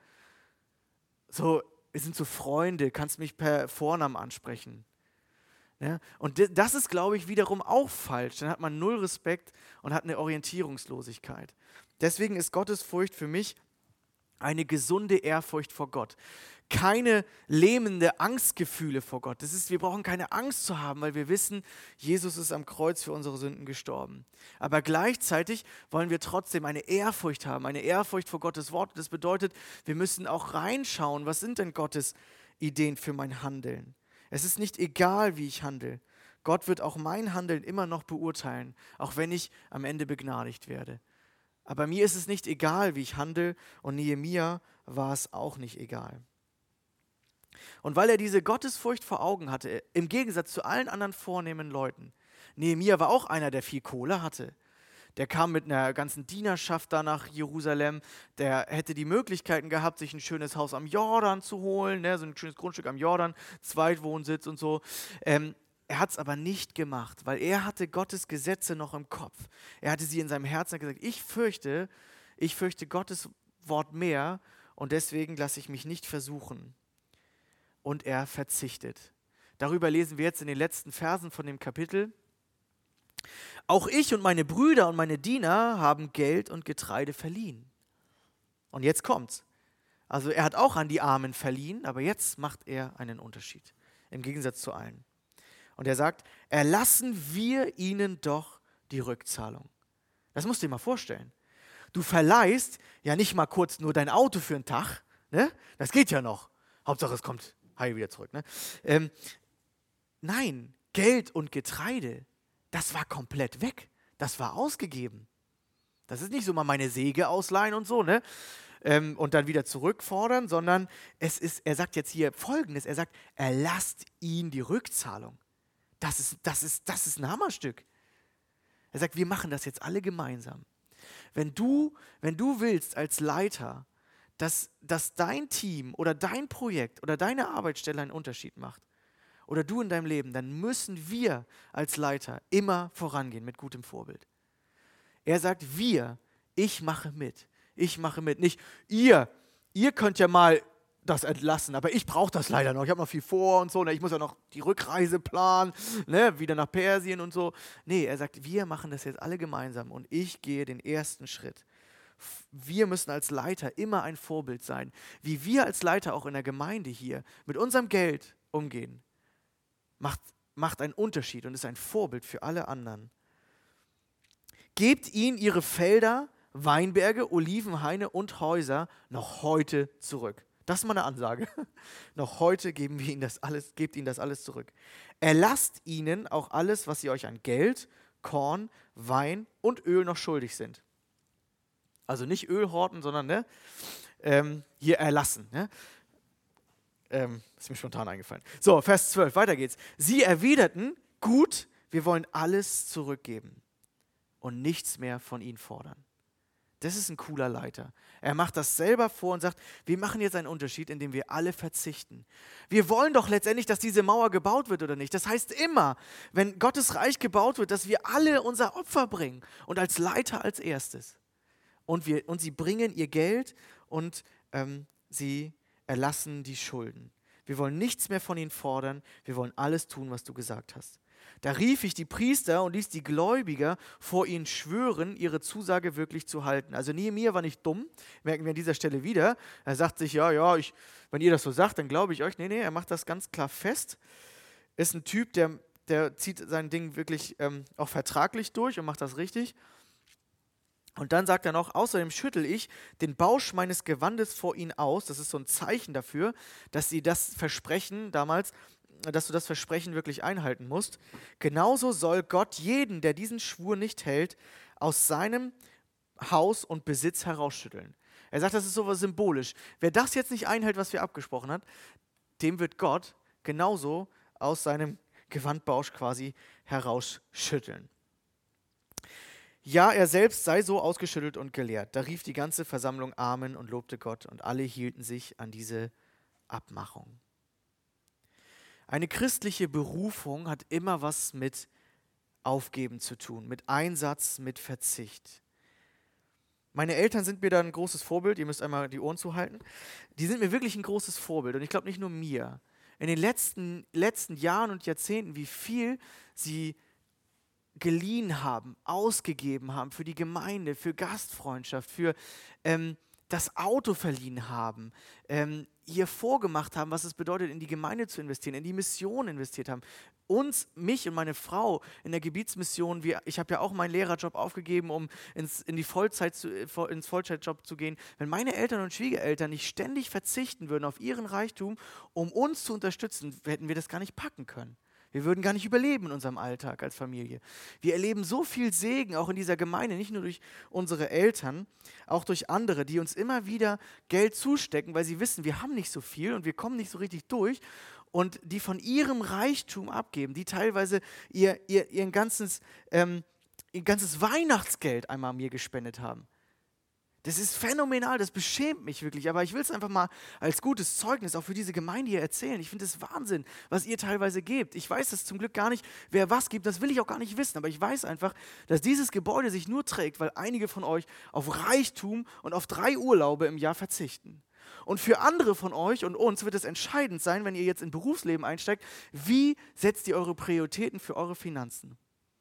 Speaker 1: So, wir sind so Freunde, kannst mich per Vornamen ansprechen. Ja? Und das ist, glaube ich, wiederum auch falsch. Dann hat man null Respekt und hat eine Orientierungslosigkeit. Deswegen ist Gottesfurcht für mich eine gesunde Ehrfurcht vor Gott. Keine lähmende Angstgefühle vor Gott. Das ist, wir brauchen keine Angst zu haben, weil wir wissen, Jesus ist am Kreuz für unsere Sünden gestorben. Aber gleichzeitig wollen wir trotzdem eine Ehrfurcht haben, eine Ehrfurcht vor Gottes Wort. Das bedeutet, wir müssen auch reinschauen, was sind denn Gottes Ideen für mein Handeln. Es ist nicht egal, wie ich handle. Gott wird auch mein Handeln immer noch beurteilen, auch wenn ich am Ende begnadigt werde. Aber mir ist es nicht egal, wie ich handle, und Nehemia war es auch nicht egal. Und weil er diese Gottesfurcht vor Augen hatte, im Gegensatz zu allen anderen vornehmen Leuten, Nehemia war auch einer, der viel Kohle hatte. Der kam mit einer ganzen Dienerschaft da nach Jerusalem, der hätte die Möglichkeiten gehabt, sich ein schönes Haus am Jordan zu holen, ne, so ein schönes Grundstück am Jordan, Zweitwohnsitz und so. Ähm, er hat es aber nicht gemacht, weil er hatte Gottes Gesetze noch im Kopf. Er hatte sie in seinem Herzen gesagt, ich fürchte, ich fürchte Gottes Wort mehr und deswegen lasse ich mich nicht versuchen. Und er verzichtet. Darüber lesen wir jetzt in den letzten Versen von dem Kapitel. Auch ich und meine Brüder und meine Diener haben Geld und Getreide verliehen. Und jetzt kommt's. Also er hat auch an die Armen verliehen, aber jetzt macht er einen Unterschied, im Gegensatz zu allen. Und er sagt, erlassen wir ihnen doch die Rückzahlung. Das musst du dir mal vorstellen. Du verleihst ja nicht mal kurz nur dein Auto für einen Tag, ne? Das geht ja noch. Hauptsache es kommt heil wieder zurück. Ne? Ähm, nein, Geld und Getreide, das war komplett weg. Das war ausgegeben. Das ist nicht so mal meine Säge ausleihen und so, ne? Ähm, und dann wieder zurückfordern, sondern es ist, er sagt jetzt hier Folgendes, er sagt, erlasst ihn die Rückzahlung. Das ist, das ist, das ist ein Hammerstück. Er sagt, wir machen das jetzt alle gemeinsam. Wenn du, wenn du willst als Leiter, dass, dass dein Team oder dein Projekt oder deine Arbeitsstelle einen Unterschied macht oder du in deinem Leben, dann müssen wir als Leiter immer vorangehen mit gutem Vorbild. Er sagt, wir, ich mache mit, ich mache mit. Nicht ihr, ihr könnt ja mal das entlassen, aber ich brauche das leider noch, ich habe noch viel vor und so, ne? Ich muss ja noch die Rückreise planen, ne? Wieder nach Persien und so. Nee, er sagt, wir machen das jetzt alle gemeinsam und ich gehe den ersten Schritt. Wir müssen als Leiter immer ein Vorbild sein, wie wir als Leiter auch in der Gemeinde hier mit unserem Geld umgehen, macht, macht einen Unterschied und ist ein Vorbild für alle anderen. Gebt ihnen ihre Felder, Weinberge, Olivenhaine und Häuser noch heute zurück. Das ist mal eine Ansage. Noch heute geben wir ihnen das alles, gebt ihnen das alles zurück. Erlasst ihnen auch alles, was sie euch an Geld, Korn, Wein und Öl noch schuldig sind. Also nicht Öl horten, sondern ne, ähm, hier erlassen. Ne? Ähm, ist mir spontan eingefallen. So, Vers zwölf, weiter geht's. Sie erwiderten, gut, wir wollen alles zurückgeben und nichts mehr von ihnen fordern. Das ist ein cooler Leiter. Er macht das selber vor und sagt, wir machen jetzt einen Unterschied, indem wir alle verzichten. Wir wollen doch letztendlich, dass diese Mauer gebaut wird oder nicht. Das heißt immer, wenn Gottes Reich gebaut wird, dass wir alle unser Opfer bringen und als Leiter als erstes. Und, wir, und sie bringen ihr Geld und ähm, sie erlassen die Schulden. Wir wollen nichts mehr von ihnen fordern. Wir wollen alles tun, was du gesagt hast. Da rief ich die Priester und ließ die Gläubiger vor ihnen schwören, ihre Zusage wirklich zu halten. Also Nehemia war nicht dumm, merken wir an dieser Stelle wieder. Er sagt sich, ja, ja, ich, wenn ihr das so sagt, dann glaube ich euch. Nee, nee, er macht das ganz klar fest. Ist ein Typ, der, der zieht sein Ding wirklich ähm, auch vertraglich durch und macht das richtig. Und dann sagt er noch, außerdem schüttel ich den Bausch meines Gewandes vor ihnen aus. Das ist so ein Zeichen dafür, dass sie das Versprechen damals, dass du das Versprechen wirklich einhalten musst. Genauso soll Gott jeden, der diesen Schwur nicht hält, aus seinem Haus und Besitz herausschütteln. Er sagt, das ist sowas symbolisch. Wer das jetzt nicht einhält, was wir abgesprochen haben, dem wird Gott genauso aus seinem Gewandbausch quasi herausschütteln. Ja, er selbst sei so ausgeschüttelt und gelehrt. Da rief die ganze Versammlung Amen und lobte Gott und alle hielten sich an diese Abmachung. Eine christliche Berufung hat immer was mit Aufgeben zu tun, mit Einsatz, mit Verzicht. Meine Eltern sind mir da ein großes Vorbild, ihr müsst einmal die Ohren zuhalten. Die sind mir wirklich ein großes Vorbild und ich glaube nicht nur mir. In den letzten, letzten Jahren und Jahrzehnten, wie viel sie geliehen haben, ausgegeben haben für die Gemeinde, für Gastfreundschaft, für ähm, das Auto verliehen haben, ähm, ihr vorgemacht haben, was es bedeutet, in die Gemeinde zu investieren, in die Mission investiert haben. Uns, mich und meine Frau in der Gebietsmission, wir, ich habe ja auch meinen Lehrerjob aufgegeben, um ins, in die Vollzeit zu, ins Vollzeitjob zu gehen. Wenn meine Eltern und Schwiegereltern nicht ständig verzichten würden auf ihren Reichtum, um uns zu unterstützen, hätten wir das gar nicht packen können. Wir würden gar nicht überleben in unserem Alltag als Familie. Wir erleben so viel Segen auch in dieser Gemeinde, nicht nur durch unsere Eltern, auch durch andere, die uns immer wieder Geld zustecken, weil sie wissen, wir haben nicht so viel und wir kommen nicht so richtig durch und die von ihrem Reichtum abgeben, die teilweise ihr, ihr, ihr, ganzes, ähm, ihr ganzes Weihnachtsgeld einmal mir gespendet haben. Das ist phänomenal, das beschämt mich wirklich, aber ich will es einfach mal als gutes Zeugnis auch für diese Gemeinde hier erzählen. Ich finde es Wahnsinn, was ihr teilweise gebt. Ich weiß das zum Glück gar nicht, wer was gibt, das will ich auch gar nicht wissen, aber ich weiß einfach, dass dieses Gebäude sich nur trägt, weil einige von euch auf Reichtum und auf drei Urlaube im Jahr verzichten. Und für andere von euch und uns wird es entscheidend sein, wenn ihr jetzt in Berufsleben einsteigt, wie setzt ihr eure Prioritäten für eure Finanzen?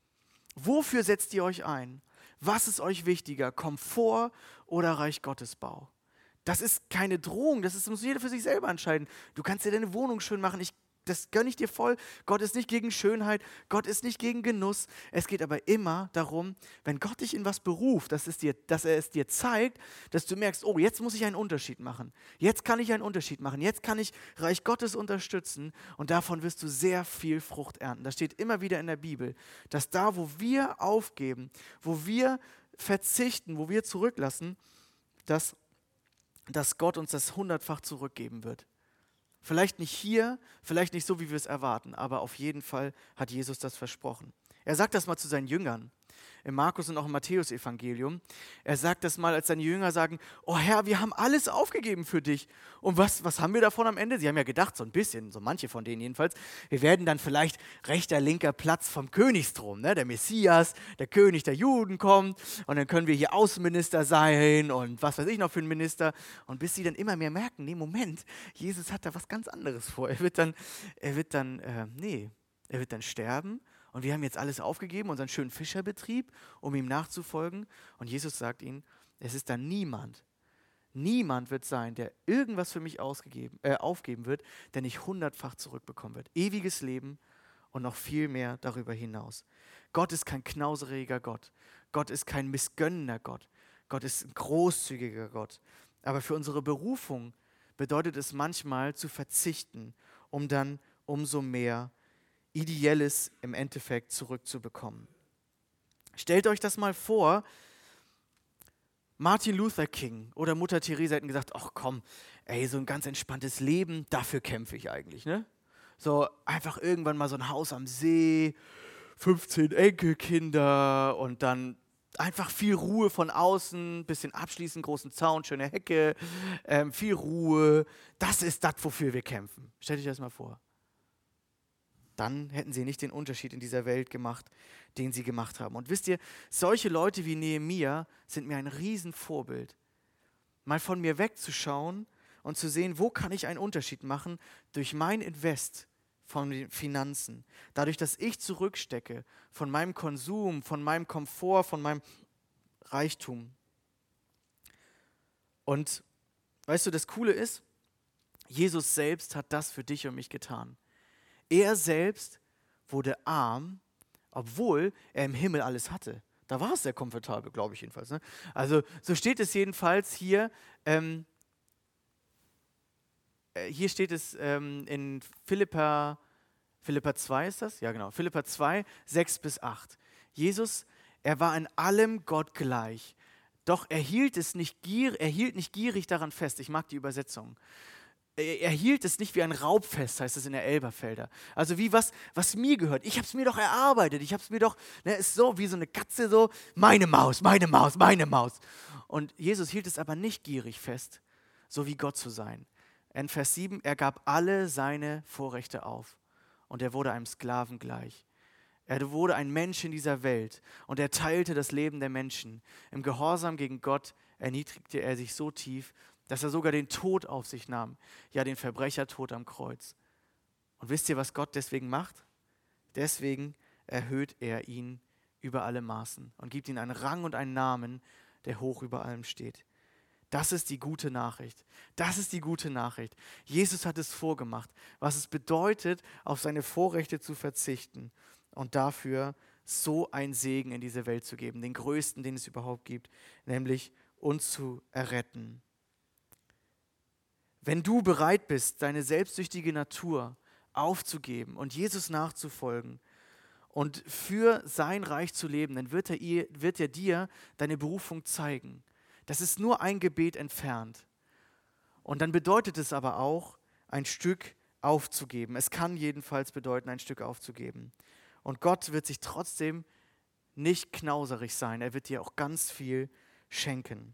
Speaker 1: Wofür setzt ihr euch ein? Was ist euch wichtiger, Komfort oder Reich Gottes Bau? Das ist keine Drohung, das ist, muss jeder für sich selber entscheiden. Du kannst dir deine Wohnung schön machen, ich, das gönne ich dir voll. Gott ist nicht gegen Schönheit, Gott ist nicht gegen Genuss. Es geht aber immer darum, wenn Gott dich in was beruft, dass, es dir, dass er es dir zeigt, dass du merkst, oh, jetzt muss ich einen Unterschied machen. Jetzt kann ich einen Unterschied machen. Jetzt kann ich Reich Gottes unterstützen und davon wirst du sehr viel Frucht ernten. Das steht immer wieder in der Bibel, dass da, wo wir aufgeben, wo wir verzichten, wo wir zurücklassen, dass, dass Gott uns das hundertfach zurückgeben wird. Vielleicht nicht hier, vielleicht nicht so, wie wir es erwarten, aber auf jeden Fall hat Jesus das versprochen. Er sagt das mal zu seinen Jüngern, im Markus und auch im Matthäus-Evangelium. Er sagt das mal, als seine Jünger sagen, oh Herr, wir haben alles aufgegeben für dich. Und was, was haben wir davon am Ende? Sie haben ja gedacht, so ein bisschen, so manche von denen jedenfalls, wir werden dann vielleicht rechter, linker Platz vom Königsthron, ne? Der Messias, der König der Juden kommt und dann können wir hier Außenminister sein und was weiß ich noch für ein Minister. Und bis sie dann immer mehr merken, nee, Moment, Jesus hat da was ganz anderes vor. Er wird dann, er wird dann, äh, nee, er wird dann sterben. Und wir haben jetzt alles aufgegeben, unseren schönen Fischerbetrieb, um ihm nachzufolgen. Und Jesus sagt ihnen, es ist dann niemand, niemand wird sein, der irgendwas für mich ausgegeben, äh, aufgeben wird, der nicht hundertfach zurückbekommen wird. Ewiges Leben und noch viel mehr darüber hinaus. Gott ist kein knauseriger Gott. Gott ist kein missgönnender Gott. Gott ist ein großzügiger Gott. Aber für unsere Berufung bedeutet es manchmal zu verzichten, um dann umso mehr Ideelles im Endeffekt zurückzubekommen. Stellt euch das mal vor, Martin Luther King oder Mutter Teresa hätten gesagt, ach komm, ey, so ein ganz entspanntes Leben, dafür kämpfe ich eigentlich, ne? So einfach irgendwann mal so ein Haus am See, fünfzehn Enkelkinder und dann einfach viel Ruhe von außen, bisschen abschließen, großen Zaun, schöne Hecke, ähm, viel Ruhe. Das ist das, wofür wir kämpfen. Stellt euch das mal vor. Dann hätten sie nicht den Unterschied in dieser Welt gemacht, den sie gemacht haben. Und wisst ihr, solche Leute wie Nehemia sind mir ein Riesenvorbild. Mal von mir wegzuschauen und zu sehen, wo kann ich einen Unterschied machen durch mein Invest von den Finanzen. Dadurch, dass ich zurückstecke von meinem Konsum, von meinem Komfort, von meinem Reichtum. Und weißt du, das Coole ist, Jesus selbst hat das für dich und mich getan. Er selbst wurde arm, obwohl er im Himmel alles hatte. Da war es sehr komfortabel, glaube ich jedenfalls. Ne? Also so steht es jedenfalls hier. Ähm, äh, hier steht es ähm, in Philipper, Philipper zwei ist das? Ja genau, Philipper zwei, sechs bis acht. Jesus, er war in allem Gott gleich. Doch er hielt es nicht gier, er hielt nicht gierig daran fest. Ich mag die Übersetzung. Er, er hielt es nicht wie ein Raub fest, heißt es in der Elberfelder. Also wie was, was mir gehört. Ich habe es mir doch erarbeitet. Ich habe es mir doch, ne, ist so wie so eine Katze so, meine Maus, meine Maus, meine Maus. Und Jesus hielt es aber nicht gierig fest, so wie Gott zu sein. In Vers sieben, er gab alle seine Vorrechte auf und er wurde einem Sklaven gleich. Er wurde ein Mensch in dieser Welt und er teilte das Leben der Menschen. Im Gehorsam gegen Gott erniedrigte er sich so tief, dass er sogar den Tod auf sich nahm, ja den Verbrechertod am Kreuz. Und wisst ihr, was Gott deswegen macht? Deswegen erhöht er ihn über alle Maßen und gibt ihm einen Rang und einen Namen, der hoch über allem steht. Das ist die gute Nachricht. Das ist die gute Nachricht. Jesus hat es vorgemacht, was es bedeutet, auf seine Vorrechte zu verzichten und dafür so einen Segen in diese Welt zu geben, den größten, den es überhaupt gibt, nämlich uns zu erretten. Wenn du bereit bist, deine selbstsüchtige Natur aufzugeben und Jesus nachzufolgen und für sein Reich zu leben, dann wird er, wird er dir deine Berufung zeigen. Das ist nur ein Gebet entfernt. Und dann bedeutet es aber auch, ein Stück aufzugeben. Es kann jedenfalls bedeuten, ein Stück aufzugeben. Und Gott wird sich trotzdem nicht knauserig sein. Er wird dir auch ganz viel schenken.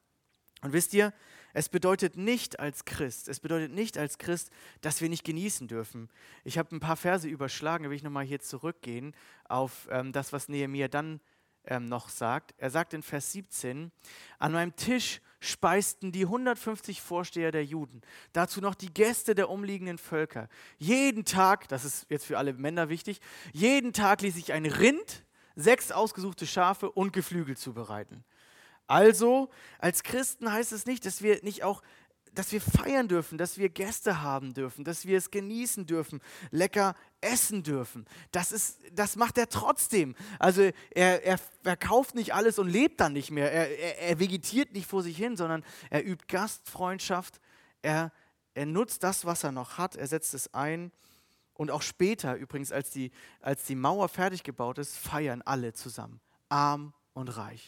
Speaker 1: Und wisst ihr, es bedeutet nicht als Christ, es bedeutet nicht als Christ, dass wir nicht genießen dürfen. Ich habe ein paar Verse überschlagen, da will ich nochmal hier zurückgehen auf ähm, das, was Nehemia dann ähm, noch sagt. Er sagt in Vers siebzehn, an meinem Tisch speisten die hundertfünfzig Vorsteher der Juden, dazu noch die Gäste der umliegenden Völker. Jeden Tag, das ist jetzt für alle Männer wichtig, jeden Tag ließ ich ein Rind, sechs ausgesuchte Schafe und Geflügel zubereiten. Also, als Christen heißt es nicht, dass wir nicht auch, dass wir feiern dürfen, dass wir Gäste haben dürfen, dass wir es genießen dürfen, lecker essen dürfen. Das ist, das macht er trotzdem. Also er, er verkauft nicht alles und lebt dann nicht mehr. Er, er, er vegetiert nicht vor sich hin, sondern er übt Gastfreundschaft. Er, er nutzt das, was er noch hat. Er setzt es ein. Und auch später, übrigens, als die, als die Mauer fertig gebaut ist, feiern alle zusammen. Arm und reich.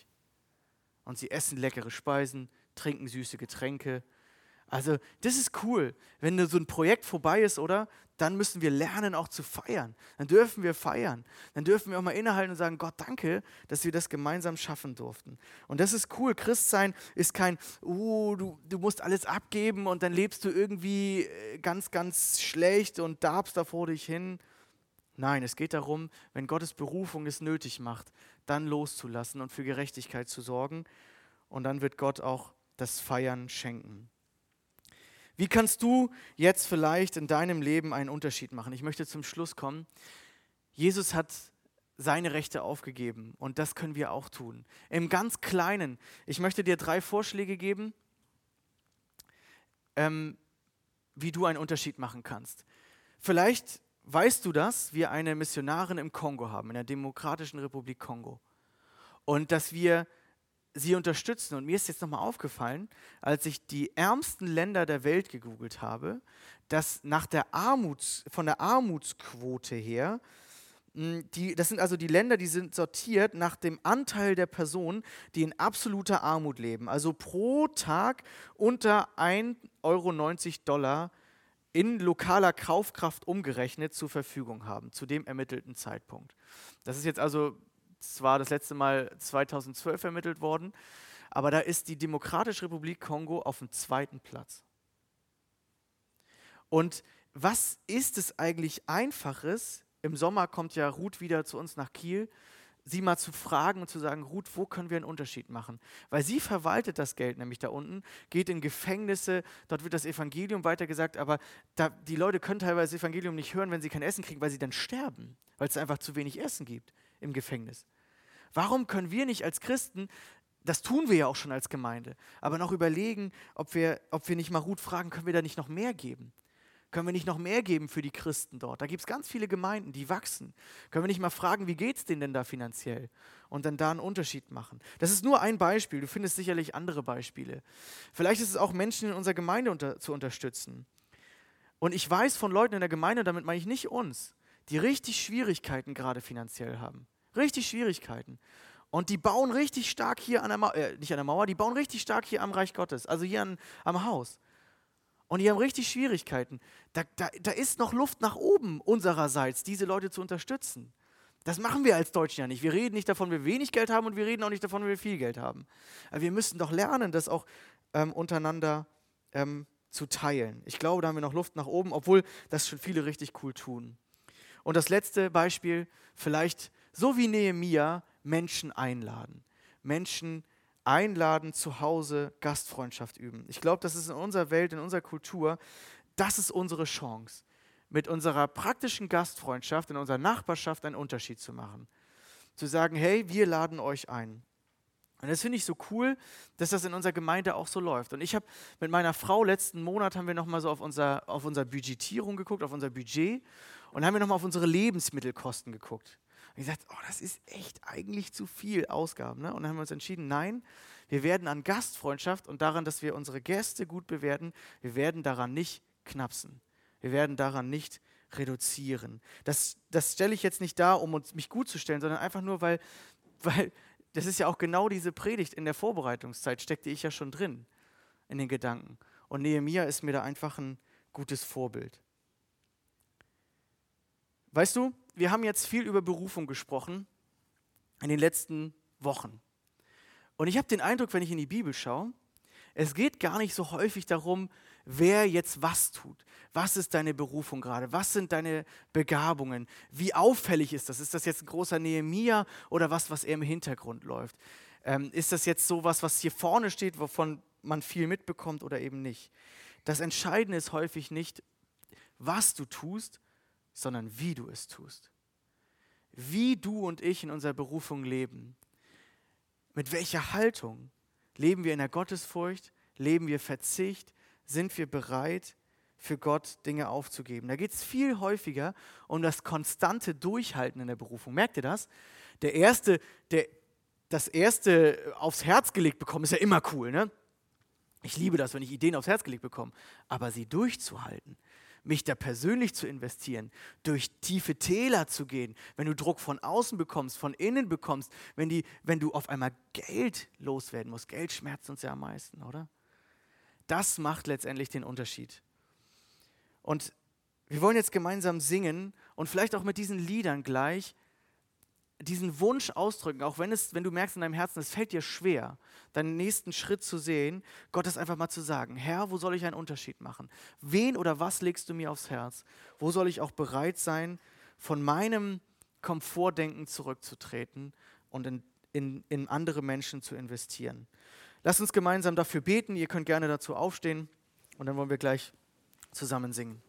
Speaker 1: Und sie essen leckere Speisen, trinken süße Getränke. Also das ist cool. Wenn so ein Projekt vorbei ist, oder? Dann müssen wir lernen, auch zu feiern. Dann dürfen wir feiern. Dann dürfen wir auch mal innehalten und sagen, Gott, danke, dass wir das gemeinsam schaffen durften. Und das ist cool. Christsein ist kein, uh, du, du musst alles abgeben und dann lebst du irgendwie ganz, ganz schlecht und darbst da vor dich hin. Nein, es geht darum, wenn Gottes Berufung es nötig macht, dann loszulassen und für Gerechtigkeit zu sorgen. Und dann wird Gott auch das Feiern schenken. Wie kannst du jetzt vielleicht in deinem Leben einen Unterschied machen? Ich möchte zum Schluss kommen. Jesus hat seine Rechte aufgegeben und das können wir auch tun. Im ganz Kleinen. Ich möchte dir drei Vorschläge geben, ähm, wie du einen Unterschied machen kannst. Vielleicht weißt du, dass wir eine Missionarin im Kongo haben, in der Demokratischen Republik Kongo. Und dass wir sie unterstützen. Und mir ist jetzt nochmal aufgefallen, als ich die ärmsten Länder der Welt gegoogelt habe, dass nach der Armuts, von der Armutsquote her, die, das sind also die Länder, die sind sortiert nach dem Anteil der Personen, die in absoluter Armut leben. Also pro Tag unter ein Euro neunzig Dollar in lokaler Kaufkraft umgerechnet zur Verfügung haben, zu dem ermittelten Zeitpunkt. Das ist jetzt also zwar das letzte Mal zweitausendzwölf ermittelt worden, aber da ist die Demokratische Republik Kongo auf dem zweiten Platz. Und was ist es eigentlich Einfaches? Im Sommer kommt ja Ruth wieder zu uns nach Kiel, sie mal zu fragen und zu sagen, Ruth, wo können wir einen Unterschied machen? Weil sie verwaltet das Geld nämlich da unten, geht in Gefängnisse, dort wird das Evangelium weitergesagt, aber da, die Leute können teilweise das Evangelium nicht hören, wenn sie kein Essen kriegen, weil sie dann sterben, weil es einfach zu wenig Essen gibt im Gefängnis. Warum können wir nicht als Christen, das tun wir ja auch schon als Gemeinde, aber noch überlegen, ob wir, ob wir nicht mal Ruth fragen, können wir da nicht noch mehr geben? Können wir nicht noch mehr geben für die Christen dort? Da gibt es ganz viele Gemeinden, die wachsen. Können wir nicht mal fragen, wie geht es denen denn da finanziell? Und dann da einen Unterschied machen. Das ist nur ein Beispiel. Du findest sicherlich andere Beispiele. Vielleicht ist es auch Menschen in unserer Gemeinde unter, zu unterstützen. Und ich weiß von Leuten in der Gemeinde, damit meine ich nicht uns, die richtig Schwierigkeiten gerade finanziell haben. Richtig Schwierigkeiten. Und die bauen richtig stark hier an der Mauer, äh, nicht an der Mauer, die bauen richtig stark hier am Reich Gottes, also hier an, am Haus. Und die haben richtig Schwierigkeiten. Da, da, da ist noch Luft nach oben unsererseits, diese Leute zu unterstützen. Das machen wir als Deutschen ja nicht. Wir reden nicht davon, wenn wir wenig Geld haben und wir reden auch nicht davon, wenn wir viel Geld haben. Aber wir müssen doch lernen, das auch ähm, untereinander ähm, zu teilen. Ich glaube, da haben wir noch Luft nach oben, obwohl das schon viele richtig cool tun. Und das letzte Beispiel, vielleicht so wie Nehemia, Menschen einladen. Menschen einladen, zu Hause Gastfreundschaft üben. Ich glaube, das ist in unserer Welt, in unserer Kultur, das ist unsere Chance, mit unserer praktischen Gastfreundschaft in unserer Nachbarschaft einen Unterschied zu machen. Zu sagen, hey, wir laden euch ein. Und das finde ich so cool, dass das in unserer Gemeinde auch so läuft. Und ich habe mit meiner Frau letzten Monat haben wir nochmal so auf unser, auf unser Budgetierung geguckt, auf unser Budget und haben wir nochmal auf unsere Lebensmittelkosten geguckt. Und ich sagte, oh, das ist echt eigentlich zu viel Ausgaben. Ne? Und dann haben wir uns entschieden, nein, wir werden an Gastfreundschaft und daran, dass wir unsere Gäste gut bewerten, wir werden daran nicht knapsen. Wir werden daran nicht reduzieren. Das, das stelle ich jetzt nicht dar, um uns, mich gut zu stellen, sondern einfach nur, weil, weil das ist ja auch genau diese Predigt in der Vorbereitungszeit, steckte ich ja schon drin in den Gedanken. Und Nehemia ist mir da einfach ein gutes Vorbild. Weißt du, wir haben jetzt viel über Berufung gesprochen in den letzten Wochen. Und ich habe den Eindruck, wenn ich in die Bibel schaue, es geht gar nicht so häufig darum, wer jetzt was tut. Was ist deine Berufung gerade? Was sind deine Begabungen? Wie auffällig ist das? Ist das jetzt ein großer Nehemia oder was, was eher im Hintergrund läuft? Ähm, ist das jetzt sowas, was hier vorne steht, wovon man viel mitbekommt oder eben nicht? Das Entscheidende ist häufig nicht, was du tust, sondern wie du es tust. Wie du und ich in unserer Berufung leben. Mit welcher Haltung? Leben wir in der Gottesfurcht? Leben wir Verzicht? Sind wir bereit, für Gott Dinge aufzugeben? Da geht es viel häufiger um das konstante Durchhalten in der Berufung. Merkt ihr das? Der erste, der, das erste aufs Herz gelegt bekommen, ist ja immer cool, ne? Ich liebe das, wenn ich Ideen aufs Herz gelegt bekomme. Aber sie durchzuhalten, mich da persönlich zu investieren, durch tiefe Täler zu gehen, wenn du Druck von außen bekommst, von innen bekommst, wenn, die, wenn du auf einmal Geld loswerden musst. Geld schmerzt uns ja am meisten, oder? Das macht letztendlich den Unterschied. Und wir wollen jetzt gemeinsam singen und vielleicht auch mit diesen Liedern gleich diesen Wunsch ausdrücken, auch wenn, es, wenn du merkst in deinem Herzen, es fällt dir schwer, deinen nächsten Schritt zu sehen, Gott das einfach mal zu sagen, Herr, wo soll ich einen Unterschied machen? Wen oder was legst du mir aufs Herz? Wo soll ich auch bereit sein, von meinem Komfortdenken zurückzutreten und in, in, in andere Menschen zu investieren? Lasst uns gemeinsam dafür beten, ihr könnt gerne dazu aufstehen und dann wollen wir gleich zusammen singen.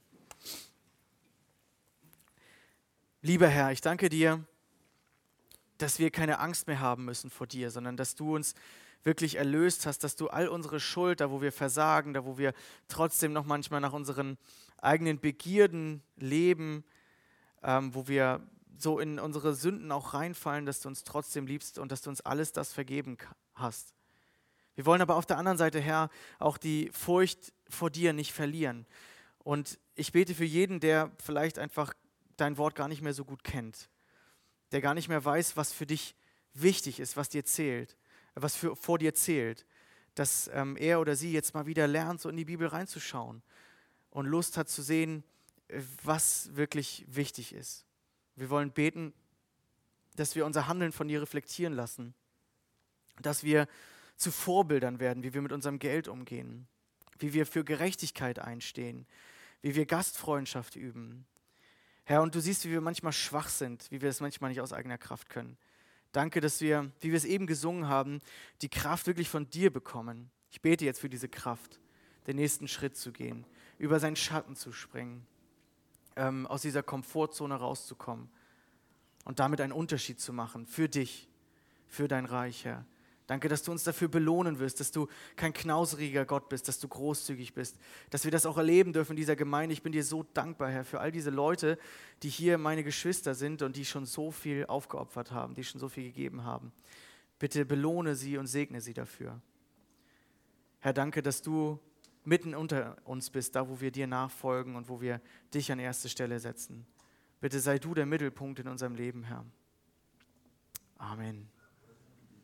Speaker 1: Lieber Herr, ich danke dir, dass wir keine Angst mehr haben müssen vor dir, sondern dass du uns wirklich erlöst hast, dass du all unsere Schuld, da wo wir versagen, da wo wir trotzdem noch manchmal nach unseren eigenen Begierden leben, ähm, wo wir so in unsere Sünden auch reinfallen, dass du uns trotzdem liebst und dass du uns alles das vergeben hast. Wir wollen aber auf der anderen Seite, Herr, auch die Furcht vor dir nicht verlieren. Und ich bete für jeden, der vielleicht einfach dein Wort gar nicht mehr so gut kennt, der gar nicht mehr weiß, was für dich wichtig ist, was dir zählt, was für, vor dir zählt, dass ähm, er oder sie jetzt mal wieder lernt, so in die Bibel reinzuschauen und Lust hat zu sehen, was wirklich wichtig ist. Wir wollen beten, dass wir unser Handeln von dir reflektieren lassen, dass wir zu Vorbildern werden, wie wir mit unserem Geld umgehen, wie wir für Gerechtigkeit einstehen, wie wir Gastfreundschaft üben. Herr, und du siehst, wie wir manchmal schwach sind, wie wir es manchmal nicht aus eigener Kraft können. Danke, dass wir, wie wir es eben gesungen haben, die Kraft wirklich von dir bekommen. Ich bete jetzt für diese Kraft, den nächsten Schritt zu gehen, über seinen Schatten zu springen, ähm, aus dieser Komfortzone rauszukommen und damit einen Unterschied zu machen für dich, für dein Reich, Herr. Danke, dass du uns dafür belohnen wirst, dass du kein knauseriger Gott bist, dass du großzügig bist, dass wir das auch erleben dürfen in dieser Gemeinde. Ich bin dir so dankbar, Herr, für all diese Leute, die hier meine Geschwister sind und die schon so viel aufgeopfert haben, die schon so viel gegeben haben. Bitte belohne sie und segne sie dafür. Herr, danke, dass du mitten unter uns bist, da wo wir dir nachfolgen und wo wir dich an erste Stelle setzen. Bitte sei du der Mittelpunkt in unserem Leben, Herr. Amen.